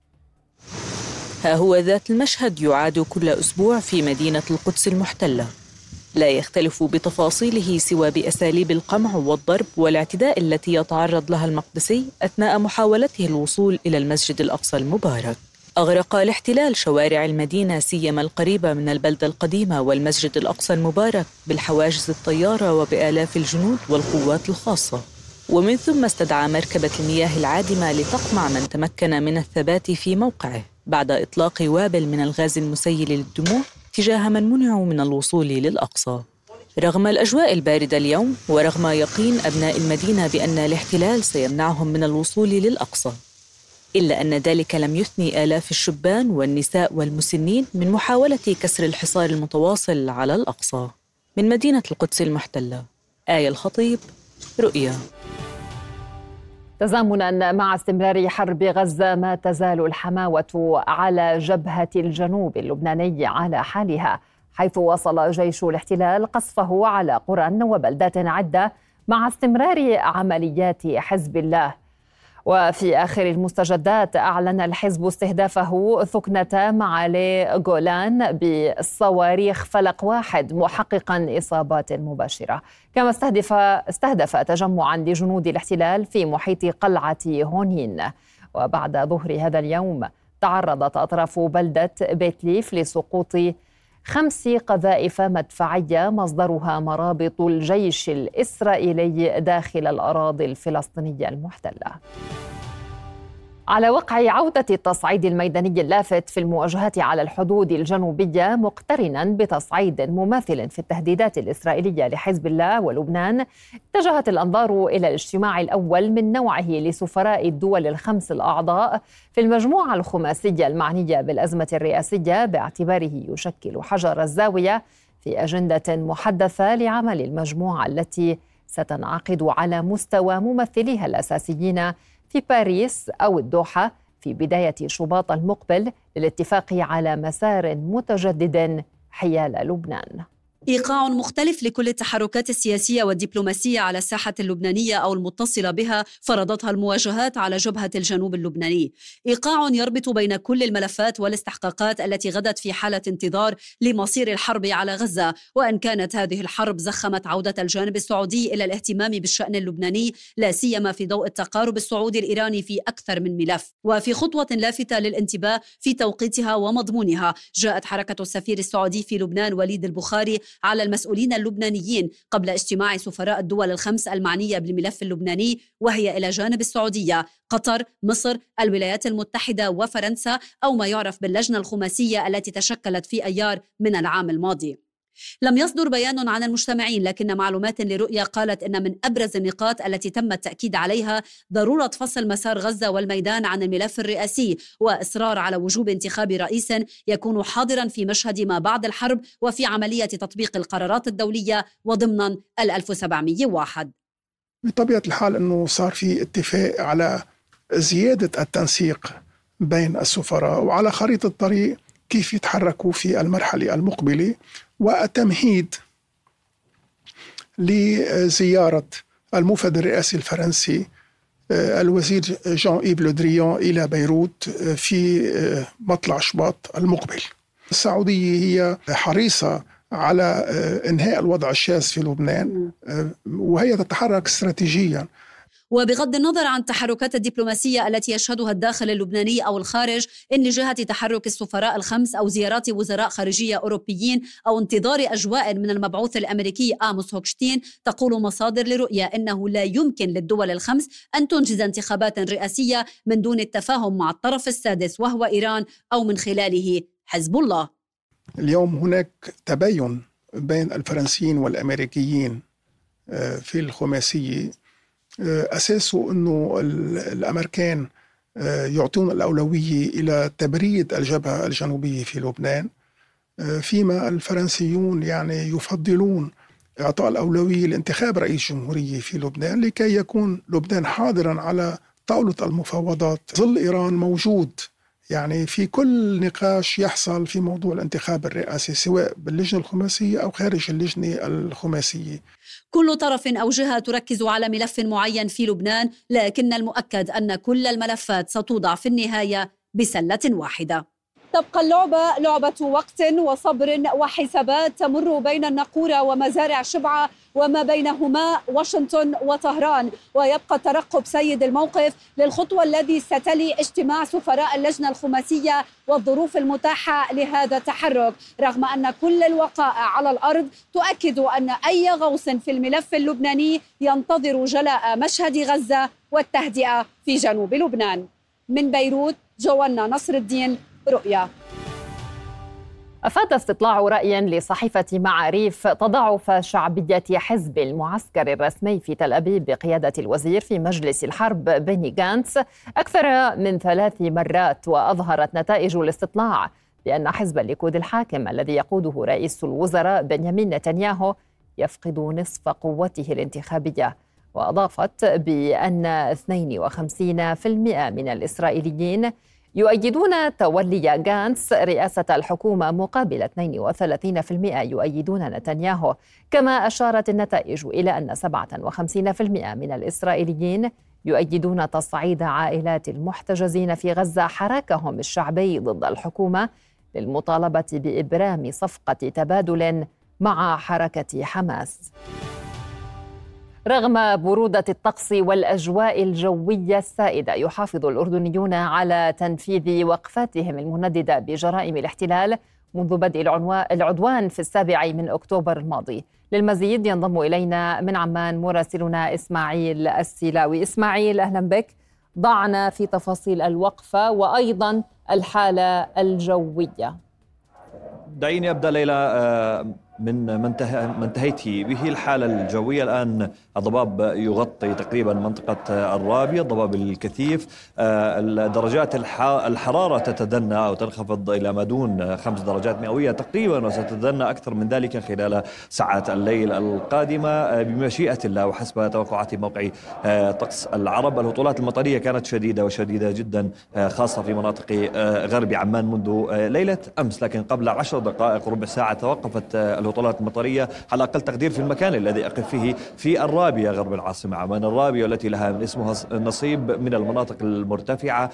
ها هو ذات المشهد يعاد كل أسبوع في مدينة القدس المحتلة، لا يختلف بتفاصيله سوى بأساليب القمع والضرب والاعتداء التي يتعرض لها المقدسي أثناء محاولته الوصول إلى المسجد الأقصى المبارك. أغرق الاحتلال شوارع المدينة سيما القريبة من البلدة القديمة والمسجد الأقصى المبارك بالحواجز الطيارة وبآلاف الجنود والقوات الخاصة، ومن ثم استدعى مركبة المياه العادمة لتقمع من تمكن من الثبات في موقعه بعد إطلاق وابل من الغاز المسيل للدموع تجاه من منعوا من الوصول للأقصى. رغم الأجواء الباردة اليوم ورغم يقين أبناء المدينة بأن الاحتلال سيمنعهم من الوصول للأقصى، إلا أن ذلك لم يثني آلاف الشبان والنساء والمسنين من محاولة كسر الحصار المتواصل على الأقصى. من مدينة القدس المحتلة، آية الخطيب، رؤيا. تزامناً مع استمرار حرب غزة، ما تزال الحماوة على جبهة الجنوب اللبناني على حالها، حيث وصل جيش الاحتلال قصفه على قرى وبلدات عدة مع استمرار عمليات حزب الله. وفي آخر المستجدات أعلن الحزب استهدافه ثكنة معالي جولان بالصواريخ فلق واحد، محققا إصابات مباشرة. كما استهدف استهدف تجمعا لجنود الاحتلال في محيط قلعة هونين. وبعد ظهر هذا اليوم تعرضت أطراف بلدة بيت ليف لسقوط خمس قذائف مدفعية مصدرها مرابط الجيش الإسرائيلي داخل الأراضي الفلسطينية المحتلة. على وقع عودة التصعيد الميداني اللافت في المواجهات على الحدود الجنوبية مقترنا بتصعيد مماثل في التهديدات الإسرائيلية لحزب الله ولبنان، اتجهت الأنظار إلى الاجتماع الأول من نوعه لسفراء الدول الخمس الأعضاء في المجموعة الخماسية المعنية بالأزمة الرئاسية، باعتباره يشكل حجر الزاوية في أجندة محدثة لعمل المجموعة التي ستنعقد على مستوى ممثليها الأساسيين في باريس أو الدوحة في بداية شباط المقبل للاتفاق على مسار متجدد حيال لبنان. إيقاع مختلف لكل التحركات السياسية والدبلوماسية على الساحة اللبنانية أو المتصلة بها فرضتها المواجهات على جبهة الجنوب اللبناني. إيقاع يربط بين كل الملفات والاستحقاقات التي غدت في حالة انتظار لمصير الحرب على غزة، وأن كانت هذه الحرب زخمت عودة الجانب السعودي إلى الاهتمام بالشأن اللبناني، لا سيما في ضوء التقارب السعودي الإيراني في أكثر من ملف. وفي خطوة لافتة للانتباه في توقيتها ومضمونها، جاءت حركة السفير السعودي في لبنان وليد البخاري على المسؤولين اللبنانيين قبل اجتماع سفراء الدول الخمس المعنية بالملف اللبناني، وهي إلى جانب السعودية، قطر، مصر، الولايات المتحدة وفرنسا، أو ما يعرف باللجنة الخماسية التي تشكلت في أيار من العام الماضي. لم يصدر بيان عن المجتمعين، لكن معلومات لرؤيا قالت إن من أبرز النقاط التي تم التأكيد عليها ضرورة فصل مسار غزة والميدان عن الملف الرئاسي، وإصرار على وجوب انتخاب رئيس يكون حاضرا في مشهد ما بعد الحرب وفي عملية تطبيق القرارات الدولية وضمن ألف وسبعمئة وواحد. بطبيعة الحال أنه صار في اتفاق على زيادة التنسيق بين السفراء وعلى خريطة الطريق كيف يتحركوا في المرحلة المقبلة، وتمهيد لزيارة الموفد الرئاسي الفرنسي الوزير جان إيف لو دريان إلى بيروت في مطلع شباط المقبل. السعودية هي حريصة على إنهاء الوضع الشاذ في لبنان، وهي تتحرك استراتيجيا. وبغض النظر عن التحركات الدبلوماسية التي يشهدها الداخل اللبناني أو الخارج، إن لجهة تحرك السفراء الخمس أو زيارات وزراء خارجية أوروبيين أو انتظار أجواء من المبعوث الأمريكي آموس هوكشتين، تقول مصادر لرؤية إنه لا يمكن للدول الخمس أن تنجز انتخابات رئاسية من دون التفاهم مع الطرف السادس وهو إيران أو من خلاله حزب الله. اليوم هناك تباين بين الفرنسيين والأمريكيين في الخماسية، أساسه أنه الأمريكان يعطون الأولوية إلى تبريد الجبهة الجنوبية في لبنان، فيما الفرنسيون يعني يفضلون إعطاء الأولوية لانتخاب رئيس جمهورية في لبنان لكي يكون لبنان حاضرا على طاولة المفاوضات. ظل إيران موجود يعني في كل نقاش يحصل في موضوع الانتخاب الرئاسي سواء باللجنة الخماسية أو خارج اللجنة الخماسية. كل طرف أو جهة تركز على ملف معين في لبنان، لكن المؤكد أن كل الملفات ستوضع في النهاية بسلة واحدة. تبقى اللعبة لعبة وقت وصبر وحسابات تمر بين الناقورة ومزارع شبعة وما بينهما واشنطن وطهران، ويبقى ترقب سيد الموقف للخطوة الذي ستلي اجتماع سفراء اللجنة الخماسية والظروف المتاحة لهذا التحرك، رغم أن كل الوقائع على الأرض تؤكد أن أي غوص في الملف اللبناني ينتظر جلاء مشهد غزة والتهدئة في جنوب لبنان. من بيروت جوانا نصر الدين، رؤيا. أفاد استطلاع رأي لصحيفة معاريف تضاعف شعبية حزب المعسكر الرسمي في تل أبيب بقيادة الوزير في مجلس الحرب بني غانتس أكثر من ثلاث مرات، وأظهرت نتائج الاستطلاع بأن حزب الليكود الحاكم الذي يقوده رئيس الوزراء بنيامين نتنياهو يفقد نصف قوته الانتخابية. وأضافت بأن اثنين وخمسين بالمئة من الإسرائيليين يؤيدون تولي غانتس رئاسة الحكومة مقابل اثنين وثلاثين بالمئة يؤيدون نتنياهو. كما أشارت النتائج إلى أن سبعة وخمسين بالمئة من الإسرائيليين يؤيدون تصعيد عائلات المحتجزين في غزة حراكهم الشعبي ضد الحكومة للمطالبة بإبرام صفقة تبادل مع حركة حماس. رغم برودة الطقس والأجواء الجوية السائدة، يحافظ الأردنيون على تنفيذ وقفاتهم المنددة بجرائم الاحتلال منذ بدء العدوان في السابع من أكتوبر الماضي. للمزيد ينضم إلينا من عمان مراسلنا إسماعيل السيلاوي. إسماعيل، أهلا بك. ضعنا في تفاصيل الوقفة وأيضا الحالة الجوية. دعيني أبدأ ليلى من ما انتهيت به. الحالة الجوية الآن الضباب يغطي تقريبا منطقة الرابية، الضباب الكثيف. درجات الحرارة تتدنى أو تنخفض إلى ما دون خمس درجات مئوية تقريبا، وستتدنى أكثر من ذلك خلال ساعات الليل القادمة بمشيئة الله وحسب توقعات موقع طقس العرب. الهطولات المطرية كانت شديدة وشديدة جدا، خاصة في مناطق غرب عمان منذ ليلة أمس، لكن قبل عشر دقائق ربع ساعة توقفت الهطولات المطرية على أقل تقدير في المكان الذي أقف فيه في الرابية غرب العاصمة عمان. الرابية والتي لها من اسمها نصيب من المناطق المرتفعة،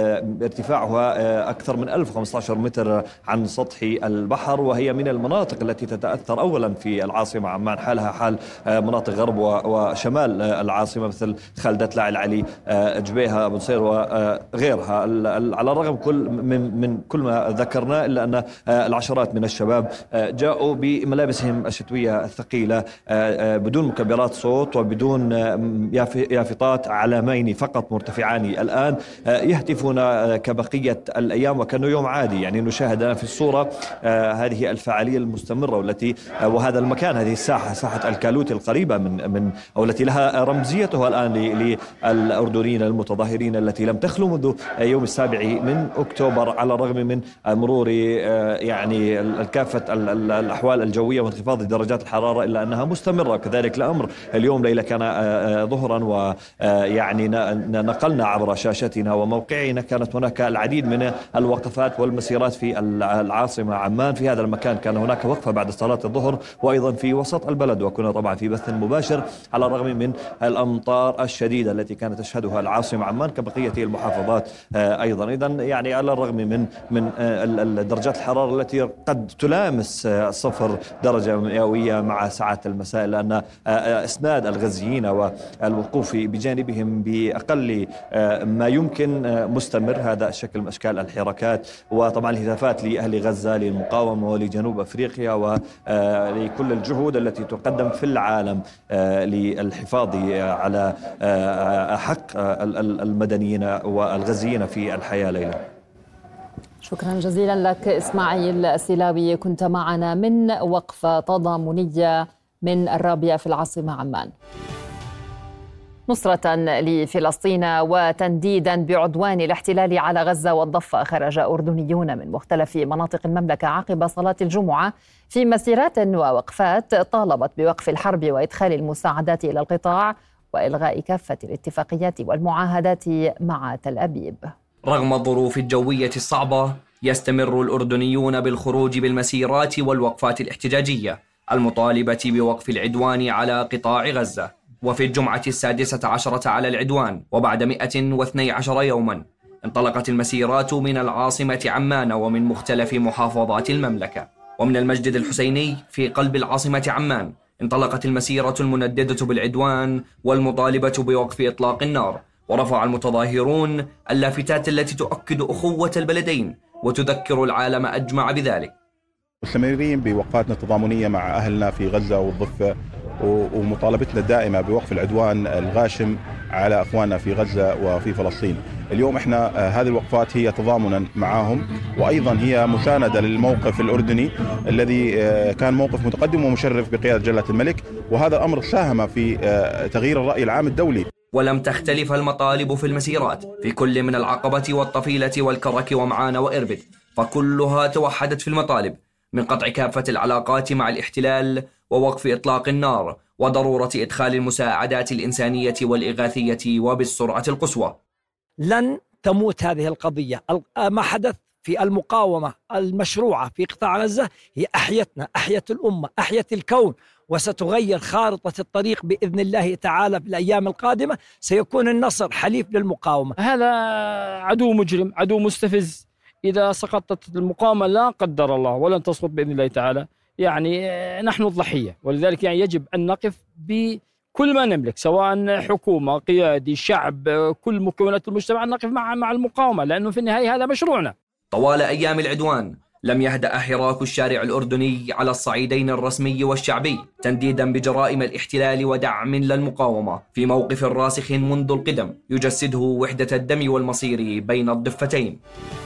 ارتفاعها أكثر من ألف وخمسة عشر متر عن سطح البحر، وهي من المناطق التي تتأثر أولا في العاصمة عمان، حالها حال مناطق غرب وشمال العاصمة مثل خالدة لا العلي، جبيها، بنصير وغيرها. على الرغم كل من من كل ما ذكرنا إلا أن العشرات من الشباب جاءوا بملابسهم الشتوية الثقيلة بدون مكبرات صوت وبدون يافطات، علامين فقط مرتفعان الآن، يهتفون كبقية الأيام وكأنه يوم عادي. يعني نشاهد في الصورة هذه الفعالية المستمرة والتي وهذا المكان، هذه الساحة، ساحة الكالوت القريبة من من أو التي لها رمزيتها الآن للأردنيين المتظاهرين التي لم تخلو منذ يوم السابع من أكتوبر، على الرغم من مرور يعني الكافة الأحوال الجوية وانخفاض درجات الحرارة، إلا أنها مستمرة. كذلك الأمر اليوم ليلة كان ظهرا، ويعني نقلنا عبر شاشتنا وموقعنا كانت هناك العديد من الوقفات والمسيرات في العاصمة عمان. في هذا المكان كان هناك وقفة بعد صلاة الظهر، وأيضا في وسط البلد، وكنا طبعا في بث مباشر على الرغم من الأمطار الشديدة التي كانت تشهدها العاصمة عمان كبقية المحافظات أيضا. إذن يعني على الرغم من من درجات الحرارة التي قد تلامس الصفر درجة مئوية مع ساعات المساء، لأن إسناد الغزيين والوقوف بجانبهم بأقل ما يمكن مستمر. هذا شكل من أشكال الحركات، وطبعا الهتافات لأهل غزة للمقاومة ولجنوب أفريقيا ولكل الجهود التي تقدم في العالم للحفاظ على حق المدنيين والغزيين في الحياة. ليلى، شكرا جزيلا لك إسماعيل السلاوي، كنت معنا من وقفة تضامنية من الرابية في العاصمة عمان. نصرة لفلسطين وتنديدا بعدوان الاحتلال على غزة والضفة، خرج أردنيون من مختلف مناطق المملكة عقب صلاة الجمعة في مسيرات ووقفات طالبت بوقف الحرب وإدخال المساعدات إلى القطاع وإلغاء كافة الاتفاقيات والمعاهدات مع تل أبيب. رغم الظروف الجوية الصعبة، يستمر الأردنيون بالخروج بالمسيرات والوقفات الاحتجاجية المطالبة بوقف العدوان على قطاع غزة. وفي الجمعة السادسة عشرة على العدوان وبعد مئة واثني عشر يوما، انطلقت المسيرات من العاصمة عمان ومن مختلف محافظات المملكة. ومن المسجد الحسيني في قلب العاصمة عمان انطلقت المسيرة المنددة بالعدوان والمطالبة بوقف إطلاق النار. ورفع المتظاهرون اللافتات التي تؤكد أخوة البلدين وتذكر العالم أجمع بذلك. مستمرين بوقفاتنا التضامنية مع أهلنا في غزة والضفة، ومطالبتنا الدائمة بوقف العدوان الغاشم على أخواننا في غزة وفي فلسطين. اليوم احنا هذه الوقفات هي تضامنا معهم، وأيضا هي مساندة للموقف الأردني الذي كان موقف متقدم ومشرف بقيادة جلالة الملك، وهذا الأمر ساهم في تغيير الرأي العام الدولي. ولم تختلف المطالب في المسيرات في كل من العقبة والطفيلة والكرك ومعان وإربد، فكلها توحدت في المطالب من قطع كافة العلاقات مع الاحتلال ووقف إطلاق النار وضرورة إدخال المساعدات الإنسانية والإغاثية وبالسرعة القصوى. لن تموت هذه القضية. ما حدث في المقاومة المشروعة في قطاع غزة هي أحيتنا، أحيت الأمة، أحيت الكون، وستغير خارطة الطريق بإذن الله تعالى في الأيام القادمة. سيكون النصر حليف للمقاومة. هذا عدو مجرم، عدو مستفز. إذا سقطت المقاومة لا قدر الله ولن تسقط بإذن الله تعالى، يعني نحن الضحية، ولذلك يعني يجب أن نقف بكل ما نملك، سواء حكومة، قيادي، شعب، كل مكونات المجتمع، نقف مع مع المقاومة، لأنه في النهاية هذا مشروعنا. طوال أيام العدوان لم يهدأ حراك الشارع الأردني على الصعيدين الرسمي والشعبي، تنديدا بجرائم الاحتلال ودعم للمقاومة في موقف راسخ منذ القدم يجسده وحدة الدم والمصير بين الضفتين.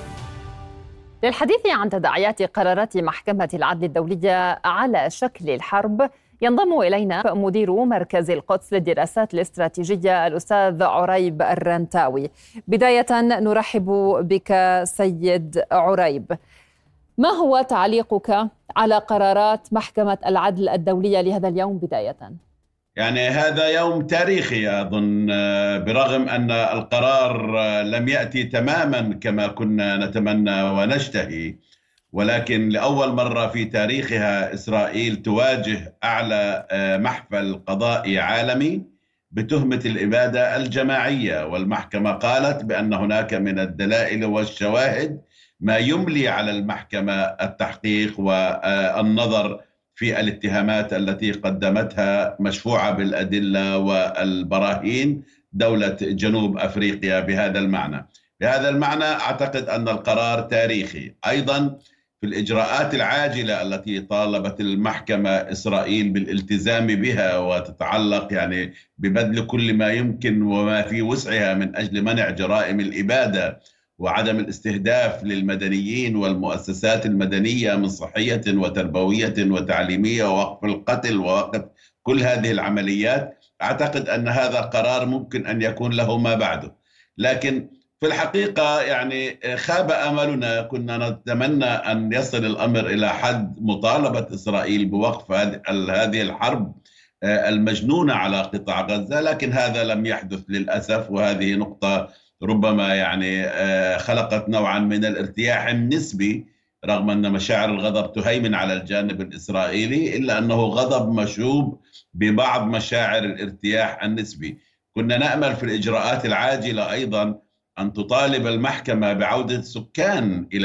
للحديث عن تداعيات قرارات محكمة العدل الدولية على شكل الحرب ينضم إلينا مدير مركز القدس للدراسات الاستراتيجية الأستاذ عريب الرنتاوي. بداية نرحب بك سيد عريب، ما هو تعليقك على قرارات محكمة العدل الدولية لهذا اليوم بداية؟ يعني هذا يوم تاريخي أظن، برغم أن القرار لم يأتي تماما كما كنا نتمنى ونشتهي، ولكن لأول مرة في تاريخها إسرائيل تواجه أعلى محفل قضائي عالمي بتهمة الإبادة الجماعية، والمحكمة قالت بأن هناك من الدلائل والشواهد ما يملي على المحكمة التحقيق والنظر في الاتهامات التي قدمتها مشفوعة بالأدلة والبراهين دولة جنوب أفريقيا بهذا المعنى. بهذا المعنى أعتقد أن القرار تاريخي. أيضا في الإجراءات العاجلة التي طالبت المحكمة إسرائيل بالالتزام بها وتتعلق يعني ببذل كل ما يمكن وما في وسعها من أجل منع جرائم الإبادة وعدم الاستهداف للمدنيين والمؤسسات المدنية من صحية وتربوية وتعليمية ووقف القتل ووقف كل هذه العمليات، أعتقد أن هذا قرار ممكن أن يكون له ما بعده. لكن في الحقيقة يعني خاب أملنا، كنا نتمنى أن يصل الأمر إلى حد مطالبة إسرائيل بوقف هذه الحرب المجنونة على قطاع غزة، لكن هذا لم يحدث للأسف، وهذه نقطة ربما يعني خلقت نوعا من الارتياح النسبي، رغم أن مشاعر الغضب تهيمن على الجانب الإسرائيلي، إلا أنه غضب مشوب ببعض مشاعر الارتياح النسبي. كنا نأمل في الإجراءات العاجلة أيضا أن تطالب المحكمة بعودة السكان إلى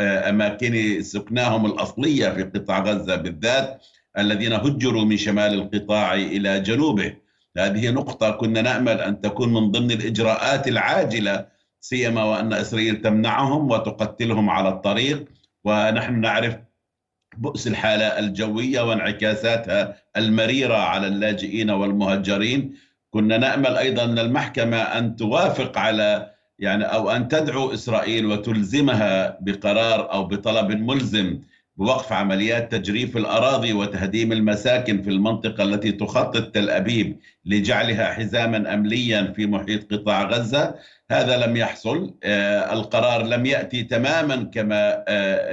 أماكن سكناهم الأصلية في قطاع غزة بالذات، الذين هجروا من شمال القطاع إلى جنوبه. هذه نقطة كنا نأمل أن تكون من ضمن الإجراءات العاجلة، سيما وأن إسرائيل تمنعهم وتقتلهم على الطريق، ونحن نعرف بؤس الحالة الجوية وانعكاساتها المريرة على اللاجئين والمهجرين. كنا نأمل أيضا أن المحكمة أن توافق على يعني أو أن تدعو إسرائيل وتلزمها بقرار أو بطلب ملزم بوقف عمليات تجريف الأراضي وتهديم المساكن في المنطقة التي تخطط تل أبيب لجعلها حزاما أمنيا في محيط قطاع غزة. هذا لم يحصل. آه القرار لم يأتي تماما كما آه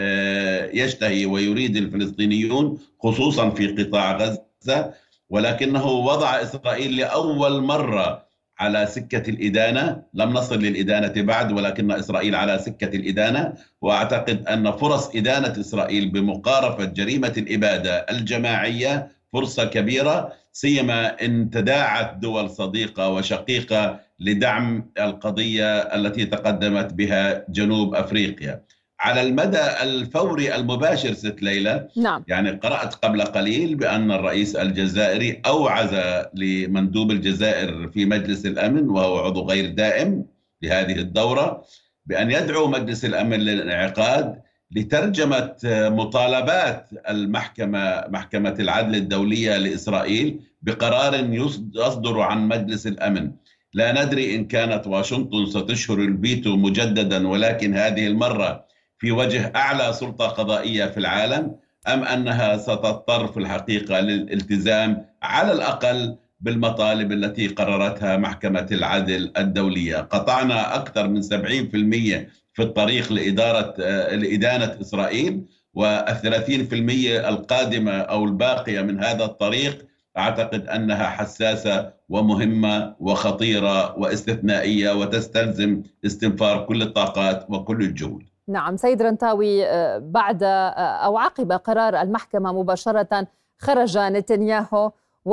آه يشتهي ويريد الفلسطينيون خصوصا في قطاع غزة، ولكنه وضع إسرائيل لأول مرة على سكة الإدانة. لم نصل للإدانة بعد، ولكن إسرائيل على سكة الإدانة، وأعتقد أن فرص إدانة إسرائيل بمقارفة جريمة الإبادة الجماعية فرصة كبيرة، سيما إن تداعت دول صديقة وشقيقة لدعم القضية التي تقدمت بها جنوب أفريقيا. على المدى الفوري المباشر ست ليلى، نعم. يعني قرأت قبل قليل بأن الرئيس الجزائري أوعز لمندوب الجزائر في مجلس الأمن وهو عضو غير دائم لهذه الدورة بأن يدعو مجلس الأمن للانعقاد لترجمة مطالبات المحكمة محكمة العدل الدولية لإسرائيل بقرار يصدر عن مجلس الأمن. لا ندري إن كانت واشنطن ستشهر الفيتو مجددا، ولكن هذه المرة في وجه أعلى سلطة قضائية في العالم، أم أنها ستضطر في الحقيقة للالتزام على الأقل بالمطالب التي قررتها محكمة العدل الدولية. قطعنا أكثر من سبعين بالمئة في الطريق لإدارة لإدانة إسرائيل، والثلاثين بالمئة القادمة أو الباقية من هذا الطريق أعتقد أنها حساسة ومهمة وخطيرة واستثنائية وتستلزم استنفار كل الطاقات وكل الجهود. نعم سيد رنتاوي، بعد أو عقب قرار المحكمة مباشرة خرج نتنياهو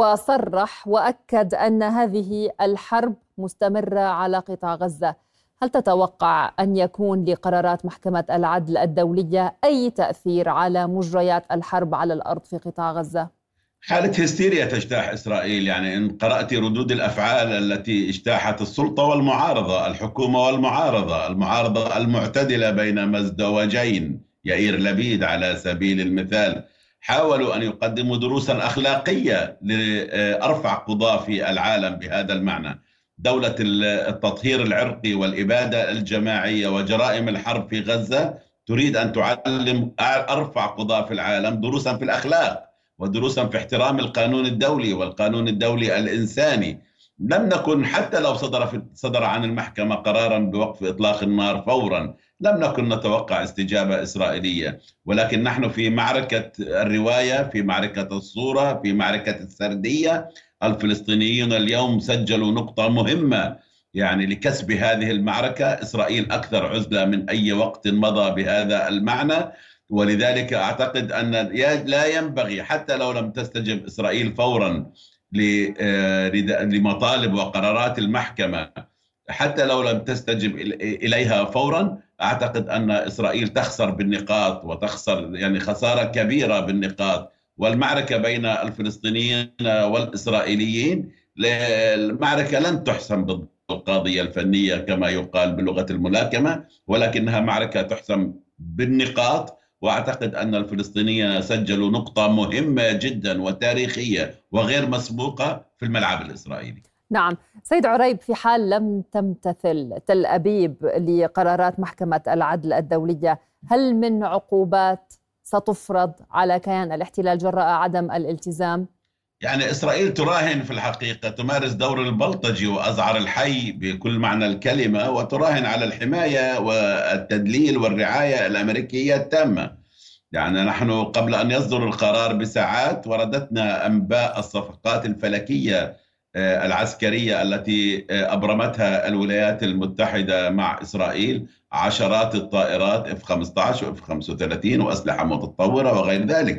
وصرح وأكد أن هذه الحرب مستمرة على قطاع غزة. هل تتوقع أن يكون لقرارات محكمة العدل الدولية أي تأثير على مجريات الحرب على الأرض في قطاع غزة؟ حالة هستيريا تجتاح إسرائيل. يعني إن قرأت ردود الأفعال التي اجتاحت السلطة والمعارضة، الحكومة والمعارضة، المعارضة المعتدلة بين مزدوجين، يائير لبيد على سبيل المثال، حاولوا أن يقدموا دروسا أخلاقية لأرفع قضاة في العالم بهذا المعنى. دولة التطهير العرقي والإبادة الجماعية وجرائم الحرب في غزة تريد أن تعلم أرفع قضاة في العالم دروسا في الأخلاق ودروسا في احترام القانون الدولي والقانون الدولي الإنساني. لم نكن حتى لو صدر في صدر عن المحكمة قرارا بوقف إطلاق النار فورا لم نكن نتوقع استجابة إسرائيلية، ولكن نحن في معركة الرواية، في معركة الصورة، في معركة السردية. الفلسطينيون اليوم سجلوا نقطة مهمة يعني لكسب هذه المعركة. إسرائيل أكثر عزلة من أي وقت مضى بهذا المعنى، ولذلك أعتقد أن لا ينبغي حتى لو لم تستجب إسرائيل فورا لمطالب وقرارات المحكمة، حتى لو لم تستجب إليها فورا، أعتقد أن إسرائيل تخسر بالنقاط وتخسر يعني خسارة كبيرة بالنقاط. والمعركة بين الفلسطينيين والإسرائيليين المعركة لن تحسم بالقضية الفنية كما يقال بلغة الملاكمة، ولكنها معركة تحسم بالنقاط. وأعتقد أن الفلسطينيين سجلوا نقطة مهمة جدا وتاريخية وغير مسبوقة في الملعب الإسرائيلي. نعم سيد عريب، في حال لم تمتثل تل أبيب لقرارات محكمة العدل الدولية، هل من عقوبات ستفرض على كيان الاحتلال جراء عدم الالتزام؟ يعني إسرائيل تراهن في الحقيقة، تمارس دور البلطجي وأزعر الحي بكل معنى الكلمة، وتراهن على الحماية والتدليل والرعاية الأمريكية التامة. يعني نحن قبل أن يصدر القرار بساعات وردتنا أنباء الصفقات الفلكية العسكرية التي أبرمتها الولايات المتحدة مع إسرائيل، عشرات الطائرات إف خمسة عشر وإف خمسة وثلاثين وأسلحة متطورة وغير ذلك.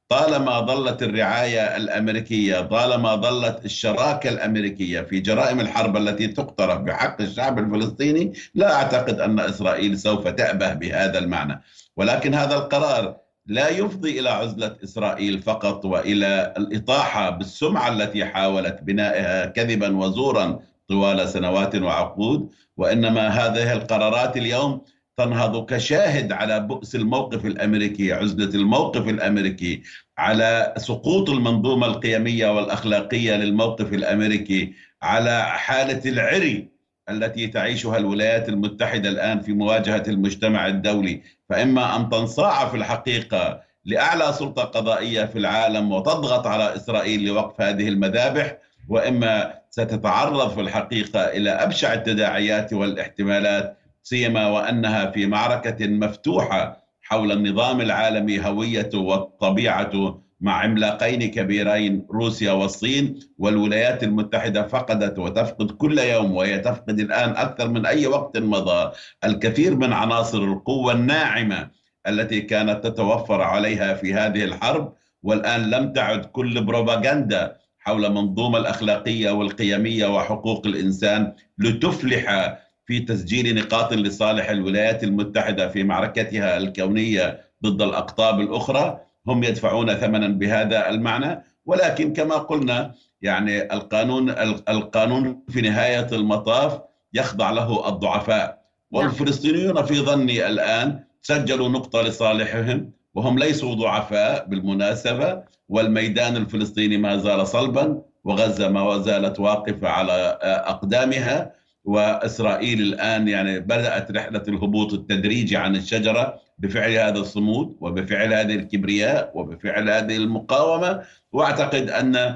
طالما ظلت الرعاية الأمريكية، طالما ظلت الشراكة الأمريكية في جرائم الحرب التي تقترف بحق الشعب الفلسطيني، لا أعتقد أن إسرائيل سوف تأبه بهذا المعنى. ولكن هذا القرار لا يفضي إلى عزلة إسرائيل فقط وإلى الإطاحة بالسمعة التي حاولت بنائها كذبا وزورا طوال سنوات وعقود، وإنما هذه القرارات اليوم تنهض كشاهد على بؤس الموقف الأمريكي، عزلة الموقف الأمريكي، على سقوط المنظومة القيمية والأخلاقية للموقف الأمريكي، على حالة العري التي تعيشها الولايات المتحدة الآن في مواجهة المجتمع الدولي. فإما أن تنصاع في الحقيقة لأعلى سلطة قضائية في العالم وتضغط على إسرائيل لوقف هذه المذابح، وإما ستتعرض في الحقيقة إلى أبشع التداعيات والاحتمالات، سيما وأنها في معركة مفتوحة حول النظام العالمي هويته وطبيعته مع عملاقين كبيرين روسيا والصين. والولايات المتحدة فقدت وتفقد كل يوم، وهي تفقد الآن أكثر من أي وقت مضى الكثير من عناصر القوة الناعمة التي كانت تتوفر عليها في هذه الحرب. والآن لم تعد كل بروباغندا حول منظومة الأخلاقية والقيمية وحقوق الإنسان لتفلح في تسجيل نقاط لصالح الولايات المتحدة في معركتها الكونية ضد الأقطاب الأخرى. هم يدفعون ثمنا بهذا المعنى، ولكن كما قلنا يعني القانون القانون في نهاية المطاف يخضع له الضعفاء، والفلسطينيون في ظني الآن سجلوا نقطة لصالحهم، وهم ليسوا ضعفاء بالمناسبة، والميدان الفلسطيني ما زال صلبا، وغزة ما زالت واقفة على أقدامها، وإسرائيل الآن يعني بدأت رحلة الهبوط التدريجي عن الشجرة بفعل هذا الصمود وبفعل هذه الكبرياء وبفعل هذه المقاومة. وأعتقد أن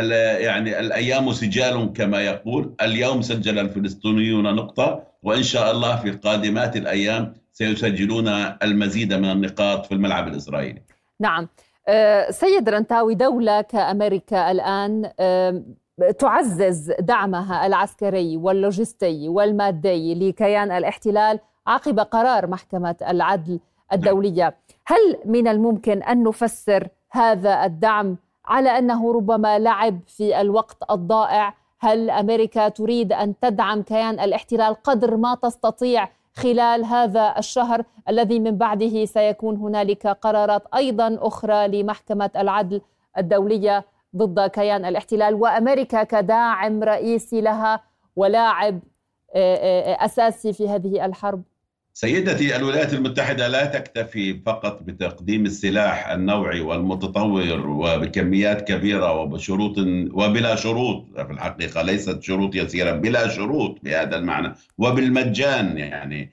يعني الأيام سجال كما يقول. اليوم سجل الفلسطينيون نقطة، وإن شاء الله في قادمات الأيام سيسجلون المزيد من النقاط في الملعب الإسرائيلي. نعم. سيد رنتاوي، دولة كأمريكا الآن تعزز دعمها العسكري واللوجستي والمادي لكيان الاحتلال عقب قرار محكمة العدل الدولية. هل من الممكن أن نفسر هذا الدعم على أنه ربما لعب في الوقت الضائع؟ هل أمريكا تريد أن تدعم كيان الاحتلال قدر ما تستطيع خلال هذا الشهر الذي من بعده سيكون هنالك قرارات أيضا أخرى لمحكمة العدل الدولية ضد كيان الاحتلال، وأمريكا كداعم رئيسي لها ولاعب أساسي في هذه الحرب؟ سيدتي، الولايات المتحدة لا تكتفي فقط بتقديم السلاح النوعي والمتطور وبكميات كبيرة وبشروط وبلا شروط، في الحقيقة ليست شروط يسيرة، بلا شروط بهذا المعنى وبالمجان يعني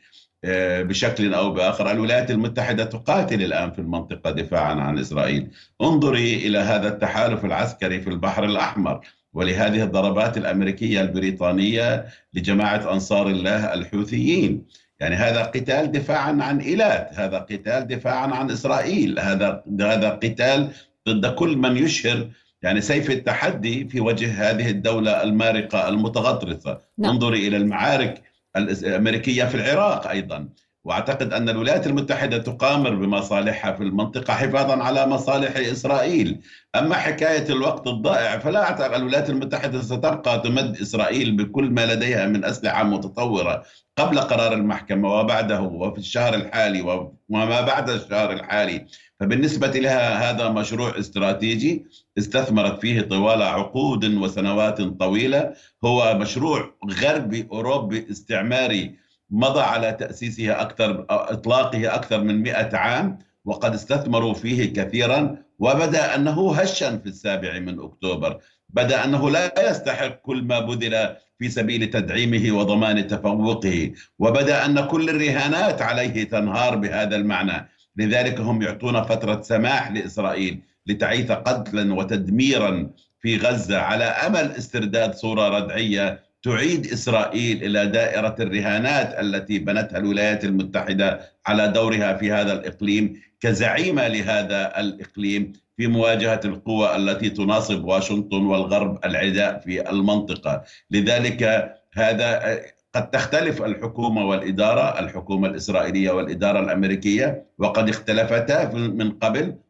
بشكل أو بآخر. الولايات المتحدة تقاتل الآن في المنطقة دفاعا عن إسرائيل. انظري إلى هذا التحالف العسكري في البحر الأحمر ولهذه الضربات الأمريكية البريطانية لجماعة أنصار الله الحوثيين. يعني هذا قتال دفاعا عن إيلات، هذا قتال دفاعا عن إسرائيل، هذا هذا قتال ضد كل من يشهر يعني سيف التحدي في وجه هذه الدولة المارقة المتغطرسة. نعم. انظري إلى المعارك الأمريكية في العراق أيضا. وأعتقد أن الولايات المتحدة تقامر بمصالحها في المنطقة حفاظا على مصالح إسرائيل. أما حكاية الوقت الضائع فلا أعتقد الولايات المتحدة ستبقى تمد إسرائيل بكل ما لديها من أسلحة متطورة قبل قرار المحكمة وبعده وفي الشهر الحالي وما بعد الشهر الحالي. فبالنسبة لها هذا مشروع استراتيجي استثمرت فيه طوال عقود وسنوات طويلة، هو مشروع غربي أوروبي استعماري مضى على تأسيسه أكثر إطلاقه أكثر من مئة عام، وقد استثمروا فيه كثيرا. وبدأ أنه هشا في السابع من أكتوبر، بدأ أنه لا يستحق كل ما بذل في سبيل تدعيمه وضمان تفوقه، وبدأ أن كل الرهانات عليه تنهار بهذا المعنى. لذلك هم يعطون فترة سماح لإسرائيل لتعيث قتلا وتدميرا في غزة على أمل استرداد صورة ردعية تعيد إسرائيل إلى دائرة الرهانات التي بنتها الولايات المتحدة على دورها في هذا الإقليم كزعيمة لهذا الإقليم في مواجهة القوى التي تناصب واشنطن والغرب العداء في المنطقة. لذلك هذا قد تختلف الحكومة والإدارة، الحكومة الإسرائيلية والإدارة الأمريكية، وقد اختلفتا من قبل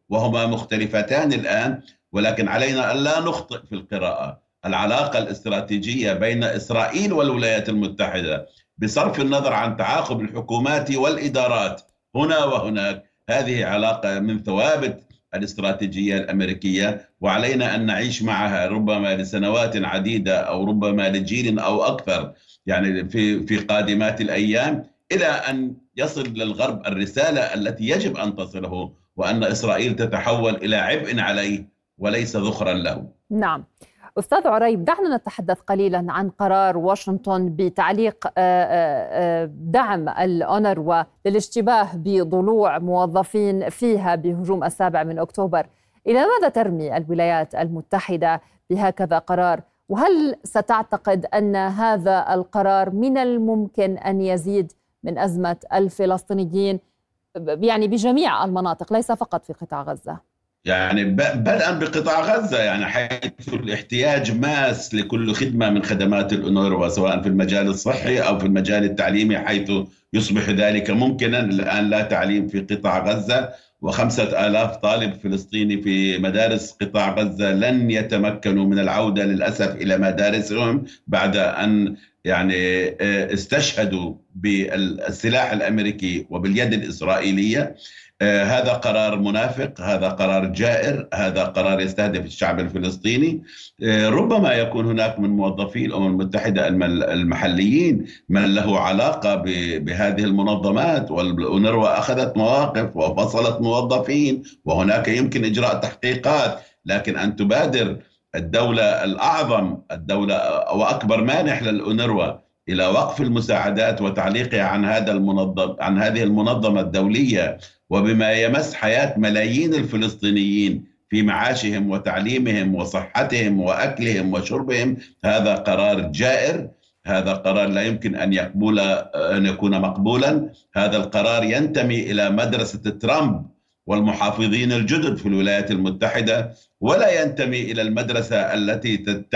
وهما مختلفتان الآن، ولكن علينا ألا نخطئ في القراءة. العلاقة الاستراتيجية بين إسرائيل والولايات المتحدة بصرف النظر عن تعاقب الحكومات والإدارات هنا وهناك، هذه علاقة من ثوابت الاستراتيجية الأمريكية، وعلينا أن نعيش معها ربما لسنوات عديدة أو ربما لجيل أو أكثر، يعني في في قادمات الأيام، إلى أن يصل للغرب الرسالة التي يجب أن تصله، وأن إسرائيل تتحول إلى عبء عليه وليس ذخرا له. نعم. أستاذ عريب، دعنا نتحدث قليلا عن قرار واشنطن بتعليق دعم الأونروا للاشتباه بضلوع موظفين فيها بهجوم السابع من أكتوبر. إلى ماذا ترمي الولايات المتحدة بهكذا قرار؟ وهل ستعتقد أن هذا القرار من الممكن أن يزيد من أزمة الفلسطينيين يعني بجميع المناطق ليس فقط في قطاع غزة؟ يعني بدءا بقطاع غزة، يعني حيث الاحتياج ماس لكل خدمة من خدمات الأونروا سواء في المجال الصحي أو في المجال التعليمي، حيث يصبح ذلك ممكنا. الآن لا تعليم في قطاع غزة، وخمسة آلاف طالب فلسطيني في مدارس قطاع غزة لن يتمكنوا من العودة للأسف إلى مدارسهم بعد أن يعني استشهدوا بالسلاح الأمريكي وباليد الإسرائيلية. آه هذا قرار منافق، هذا قرار جائر، هذا قرار يستهدف الشعب الفلسطيني. آه ربما يكون هناك من موظفي الأمم المتحدة المحليين من له علاقة بهذه المنظمات، والأونروا أخذت مواقف وفصلت موظفين، وهناك يمكن إجراء تحقيقات، لكن أن تبادر الدولة الأعظم، الدولة وأكبر مانح للأونروا إلى وقف المساعدات وتعليقها عن هذا المنظم عن هذه المنظمة الدولية، وبما يمس حياة ملايين الفلسطينيين في معاشهم وتعليمهم وصحتهم وأكلهم وشربهم، هذا قرار جائر، هذا قرار لا يمكن أن يقبل أن يكون مقبولا. هذا القرار ينتمي إلى مدرسة ترامب والمحافظين الجدد في الولايات المتحدة، ولا ينتمي إلى المدرسة التي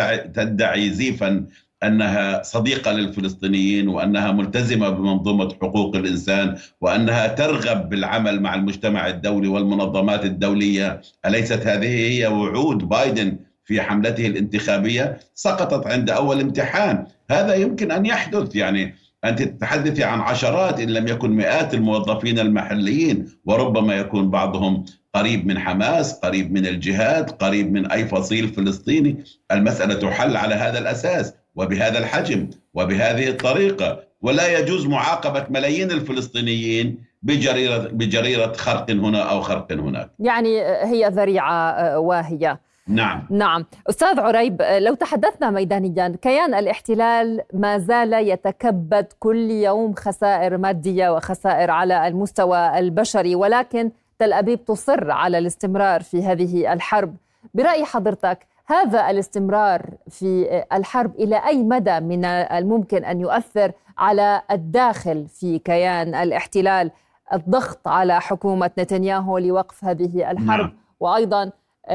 تدعي زيفا أنها صديقة للفلسطينيين وأنها ملتزمة بمنظومة حقوق الإنسان وأنها ترغب بالعمل مع المجتمع الدولي والمنظمات الدولية. أليست هذه هي وعود بايدن في حملته الانتخابية؟ سقطت عند أول امتحان. هذا يمكن أن يحدث، يعني أنت تتحدثي عن عشرات إن لم يكن مئات الموظفين المحليين، وربما يكون بعضهم قريب من حماس، قريب من الجهاد، قريب من أي فصيل فلسطيني. المسألة تحل على هذا الأساس وبهذا الحجم وبهذه الطريقة، ولا يجوز معاقبة ملايين الفلسطينيين بجريرة بجريرة خرق هنا أو خرق هناك. يعني هي ذريعة واهية. نعم نعم. أستاذ عريب، لو تحدثنا ميدانيا، كيان الاحتلال ما زال يتكبد كل يوم خسائر مادية وخسائر على المستوى البشري، ولكن تل أبيب تصر على الاستمرار في هذه الحرب. برأي حضرتك هذا الاستمرار في الحرب إلى أي مدى من الممكن أن يؤثر على الداخل في كيان الاحتلال، الضغط على حكومة نتنياهو لوقف هذه الحرب؟ نعم. وأيضا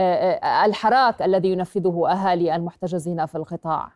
الحراك الذي ينفذه أهالي المحتجزين في القطاع؟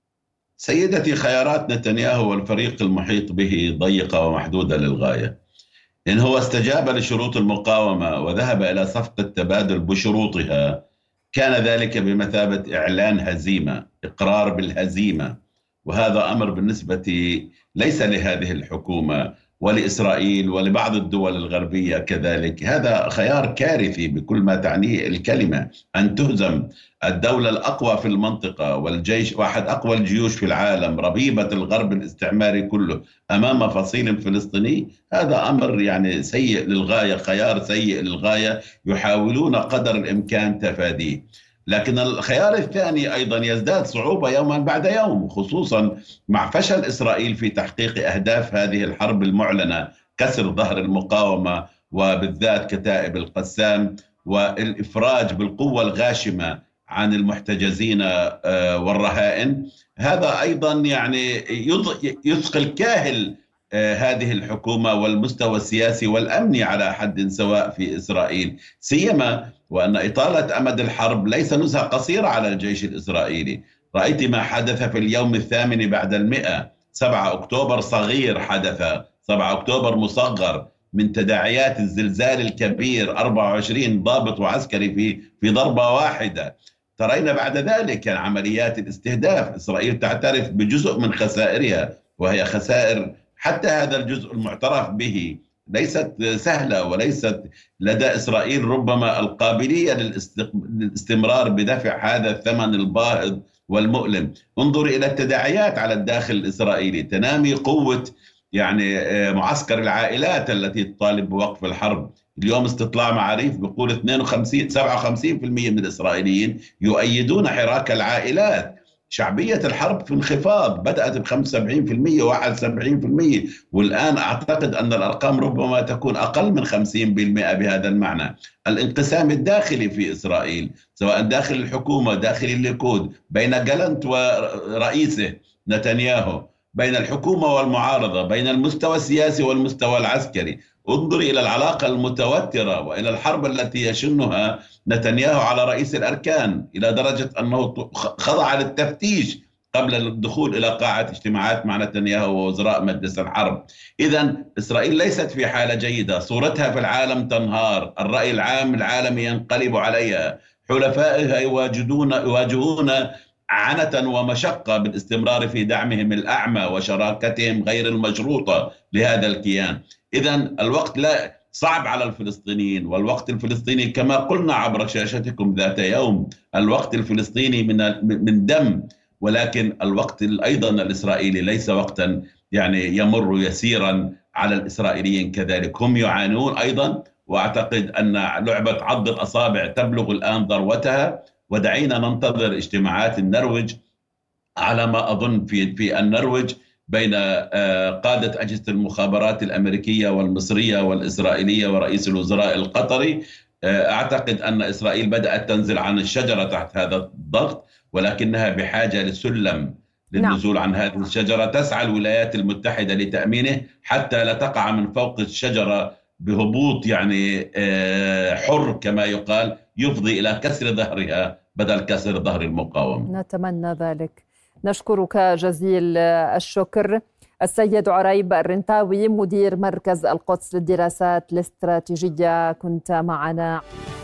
سيدتي، خيارات نتنياهو والفريق المحيط به ضيقة ومحدودة للغاية. إن هو استجاب لشروط المقاومة وذهب إلى صفقة تبادل بشروطها، كان ذلك بمثابة إعلان هزيمة، إقرار بالهزيمة، وهذا أمر بالنسبة ليس لهذه الحكومة ولإسرائيل ولبعض الدول الغربية كذلك. هذا خيار كارثي بكل ما تعنيه الكلمة، أن تهزم الدولة الأقوى في المنطقة والجيش واحد أقوى الجيوش في العالم، ربيبة الغرب الاستعماري كله، أمام فصيل فلسطيني. هذا أمر يعني سيء للغاية، خيار سيء للغاية، يحاولون قدر الإمكان تفاديه. لكن الخيار الثاني أيضا يزداد صعوبة يوما بعد يوم، خصوصا مع فشل إسرائيل في تحقيق أهداف هذه الحرب المعلنة، كسر ظهر المقاومة وبالذات كتائب القسام، والإفراج بالقوة الغاشمة عن المحتجزين والرهائن. هذا أيضا يعني يثقل كاهل هذه الحكومة والمستوى السياسي والأمني على حد سواء في إسرائيل، سيما وأن إطالة أمد الحرب ليس نزهة قصيرة على الجيش الإسرائيلي. رأيت ما حدث في اليوم الثامن بعد المئة، سبعة أكتوبر صغير حدث، سبعة أكتوبر مصغر، من تداعيات الزلزال الكبير، أربعة وعشرين ضابط وعسكري في في ضربة واحدة. ترين بعد ذلك عمليات الاستهداف. إسرائيل تعترف بجزء من خسائرها، وهي خسائر حتى هذا الجزء المعترف به ليست سهلة، وليست لدى إسرائيل ربما القابلية للاستمرار بدفع هذا الثمن الباهظ والمؤلم. انظر إلى التداعيات على الداخل الإسرائيلي، تنامي قوة يعني معسكر العائلات التي تطالب بوقف الحرب. اليوم استطلاع معاريف بيقول اثنين وخمسين سبعة وخمسين بالمئة من الإسرائيليين يؤيدون حراك العائلات. شعبية الحرب في انخفاض، بدأت ب خمسة وسبعين بالمئة واحد وسبعين بالمئة، والآن أعتقد أن الأرقام ربما تكون أقل من خمسين بالمئة بهذا المعنى. الانقسام الداخلي في إسرائيل سواء داخل الحكومة داخل الليكود، بين جالنت ورئيسه نتنياهو، بين الحكومة والمعارضة، بين المستوى السياسي والمستوى العسكري. انظر إلى العلاقة المتوترة وإلى الحرب التي يشنها نتنياهو على رئيس الأركان، إلى درجة أنه خضع للتفتيش قبل الدخول إلى قاعة اجتماعات مع نتنياهو ووزراء مجلس الحرب. إذن إسرائيل ليست في حالة جيدة، صورتها في العالم تنهار، الرأي العام العالمي ينقلب عليها، حلفائها يواجهون يواجهون عنة ومشقة بالاستمرار في دعمهم الأعمى وشراكتهم غير المشروطة لهذا الكيان. إذن الوقت لا صعب على الفلسطينيين، والوقت الفلسطيني كما قلنا عبر شاشتكم ذات يوم، الوقت الفلسطيني من من دم، ولكن الوقت أيضا الإسرائيلي ليس وقتا يعني يمر يسيرا على الإسرائيليين كذلك، هم يعانون أيضا. وأعتقد أن لعبة عض الأصابع تبلغ الآن ذروتها، ودعينا ننتظر اجتماعات النرويج على ما أظن في في النرويج بين قادة أجهزة المخابرات الأمريكية والمصرية والإسرائيلية ورئيس الوزراء القطري. أعتقد أن إسرائيل بدأت تنزل عن الشجرة تحت هذا الضغط، ولكنها بحاجة لسلم للنزول نعم. عن هذه الشجرة. تسعى الولايات المتحدة لتأمينه حتى لا تقع من فوق الشجرة بهبوط يعني حر كما يقال، يفضي إلى كسر ظهرها بدل كسر ظهر المقاومة. نتمنى ذلك. نشكرك جزيل الشكر السيد عريب الرنتاوي، مدير مركز القدس للدراسات الاستراتيجية، كنت معنا.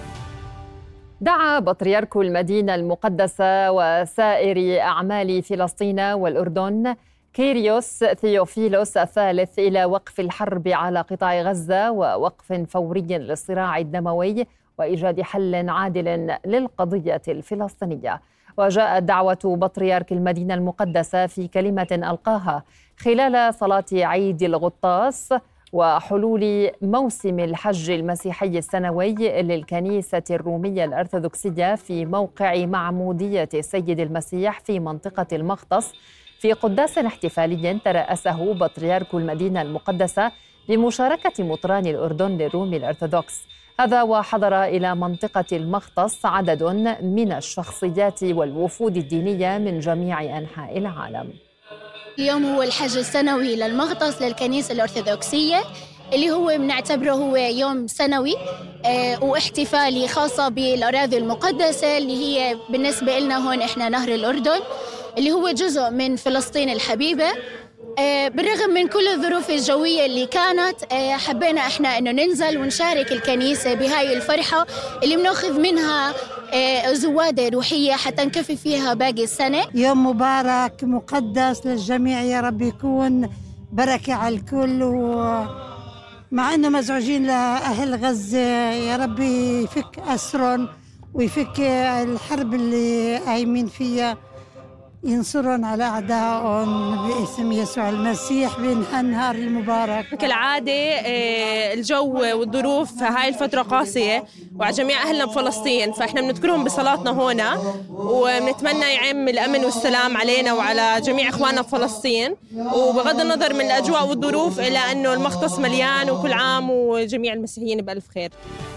دعا بطريرك المدينة المقدسة وسائر أعمال فلسطين والأردن كيريوس ثيوفيلوس الثالث إلى وقف الحرب على قطاع غزة ووقف فوري للصراع الدموي وإيجاد حل عادل للقضية الفلسطينية. وجاءت دعوة بطريرك المدينة المقدسة في كلمة ألقاها خلال صلاة عيد الغطاس وحلول موسم الحج المسيحي السنوي للكنيسة الرومية الأرثوذكسية في موقع معمودية السيد المسيح في منطقة المختص، في قداس احتفالي ترأسه بطريرك المدينة المقدسة بمشاركة مطران الأردن للرومي الأرثوذكس. هذا وحضر إلى منطقة المختص عدد من الشخصيات والوفود الدينية من جميع أنحاء العالم. اليوم هو الحج السنوي للمختص للكنيسة الأرثوذكسية، اللي هو بنعتبره هو يوم سنوي واحتفالي خاصة بالأراضي المقدسة اللي هي بالنسبة لنا هون إحنا نهر الأردن، اللي هو جزء من فلسطين الحبيبة. بالرغم من كل الظروف الجوية اللي كانت، حبينا إحنا إنه ننزل ونشارك الكنيسة بهاي الفرحة اللي بناخذ منها زوادة روحية حتى نكفي فيها باقي السنة. يوم مبارك مقدس للجميع، يا رب يكون بركة على الكل، ومع إنه مزعوجين لأهل غزة يا رب يفك أسرهم ويفك الحرب اللي قايمين فيها، ينصرون على أعدائهم باسم يسوع المسيح بهالنهار المبارك. كالعادة الجو والظروف هاي الفترة قاسية وعلى جميع أهلنا بفلسطين، فإحنا بنذكرهم بصلاتنا هنا، وبنتمنى يعم الأمن والسلام علينا وعلى جميع إخواننا بفلسطين، وبغض النظر من الأجواء والظروف إلا أنه المختص مليان، وكل عام وجميع المسيحيين بألف خير.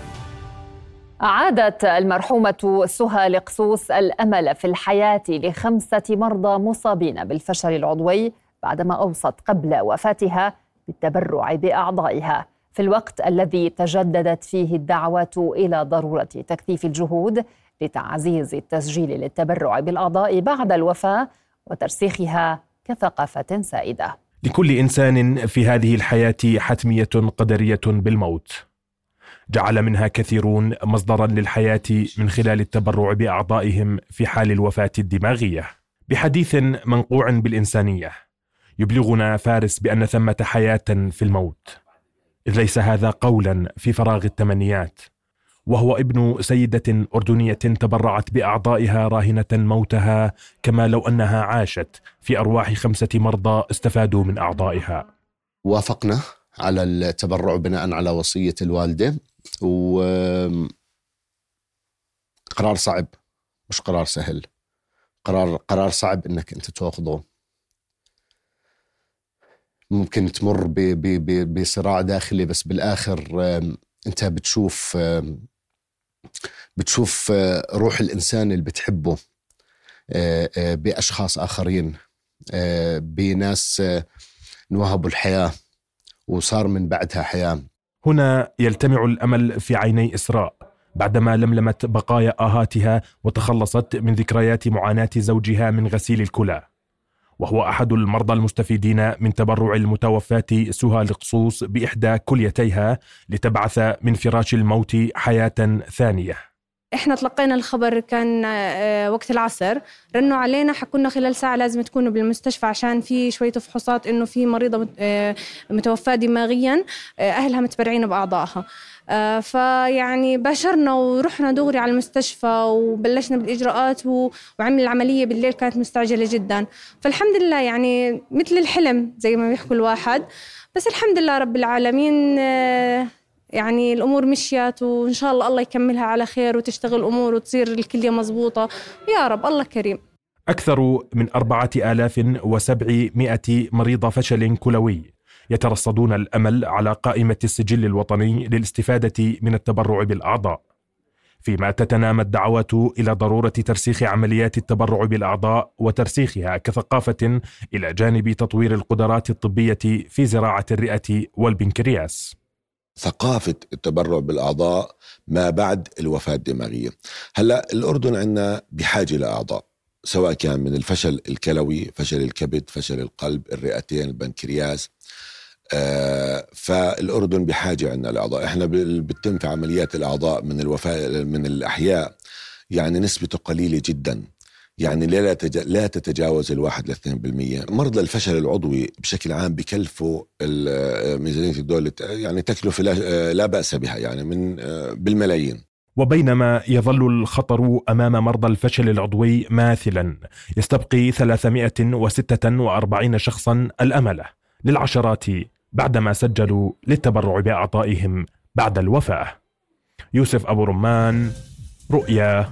أعادت المرحومة سهى القصوص الأمل في الحياة لخمسة مرضى مصابين بالفشل العضوي بعدما أوصت قبل وفاتها بالتبرع بأعضائها، في الوقت الذي تجددت فيه الدعوة إلى ضرورة تكثيف الجهود لتعزيز التسجيل للتبرع بالأعضاء بعد الوفاة وترسيخها كثقافة سائدة. لكل إنسان في هذه الحياة حتمية قدرية بالموت، جعل منها كثيرون مصدرا للحياة من خلال التبرع بأعضائهم في حال الوفاة الدماغية. بحديث منقوع بالإنسانية يبلغنا فارس بأن ثمة حياة في الموت، إذ ليس هذا قولا في فراغ التمنيات، وهو ابن سيدة أردنية تبرعت بأعضائها راهنة موتها كما لو أنها عاشت في أرواح خمسة مرضى استفادوا من أعضائها. وافقنا على التبرع بناء على وصية الوالدة، وقرار صعب، مش قرار سهل، قرار قرار صعب إنك أنت تأخذه. ممكن تمر ب ب ب بصراع داخلي، بس بالآخر أنت بتشوف بتشوف روح الإنسان اللي بتحبه بأشخاص آخرين، بناس نوهبوا الحياة وصار من بعدها حياة. هنا يلتمع الأمل في عيني إسراء بعدما لملمت بقايا آهاتها وتخلصت من ذكريات معاناة زوجها من غسيل الكلى، وهو أحد المرضى المستفيدين من تبرع المتوفاة سهى القصوص بإحدى كليتيها لتبعث من فراش الموت حياة ثانية. إحنا تلقينا الخبر كان وقت العصر، رنوا علينا حكونا خلال ساعة لازم تكونوا بالمستشفى عشان في شوية فحوصات إنه في مريضة متوفاة دماغيا أهلها متبرعين بأعضائها. فيعني باشرنا ورحنا دغري على المستشفى وبلشنا بالإجراءات وعمل العملية بالليل كانت مستعجلة جدا. فالحمد لله يعني مثل الحلم زي ما بيحكوا الواحد، بس الحمد لله رب العالمين يعني الأمور مشيت، وإن شاء الله الله يكملها على خير وتشتغل أمور وتصير الكلية مضبوطة يا رب، الله كريم. أكثر من أربعة آلاف وسبعمائة مريض فشل كلوي يترصدون الأمل على قائمة السجل الوطني للاستفادة من التبرع بالأعضاء، فيما تتنامى الدعوات إلى ضرورة ترسيخ عمليات التبرع بالأعضاء وترسيخها كثقافة إلى جانب تطوير القدرات الطبية في زراعة الرئة والبنكرياس. ثقافة التبرع بالأعضاء ما بعد الوفاة الدماغية. هلأ الأردن عندنا بحاجة لأعضاء، سواء كان من الفشل الكلوي، فشل الكبد، فشل القلب، الرئتين، البنكرياس. آه فالأردن بحاجة عندنا لأعضاء. إحنا بتم في عمليات الأعضاء من الوفاة من الأحياء يعني نسبته قليلة جدا، يعني لا لا تتجاوز الواحد لاثنين بالمية. مرضى الفشل العضوي بشكل عام بكلفوا ميزانية الدولة يعني تكلفة لا, لا بأس بها، يعني من بالملايين. وبينما يظل الخطر أمام مرضى الفشل العضوي ماثلا، يستبقي ثلاثمائة وستة وأربعين شخصا الأمل للعشرات بعدما سجلوا للتبرع بأعضائهم بعد الوفاة. يوسف أبو رمان، رؤيا.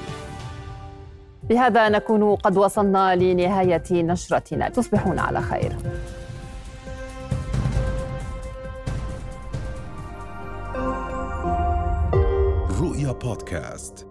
بهذا نكون قد وصلنا لنهاية نشرتنا، تصبحون على خير. رؤيا بودكاست.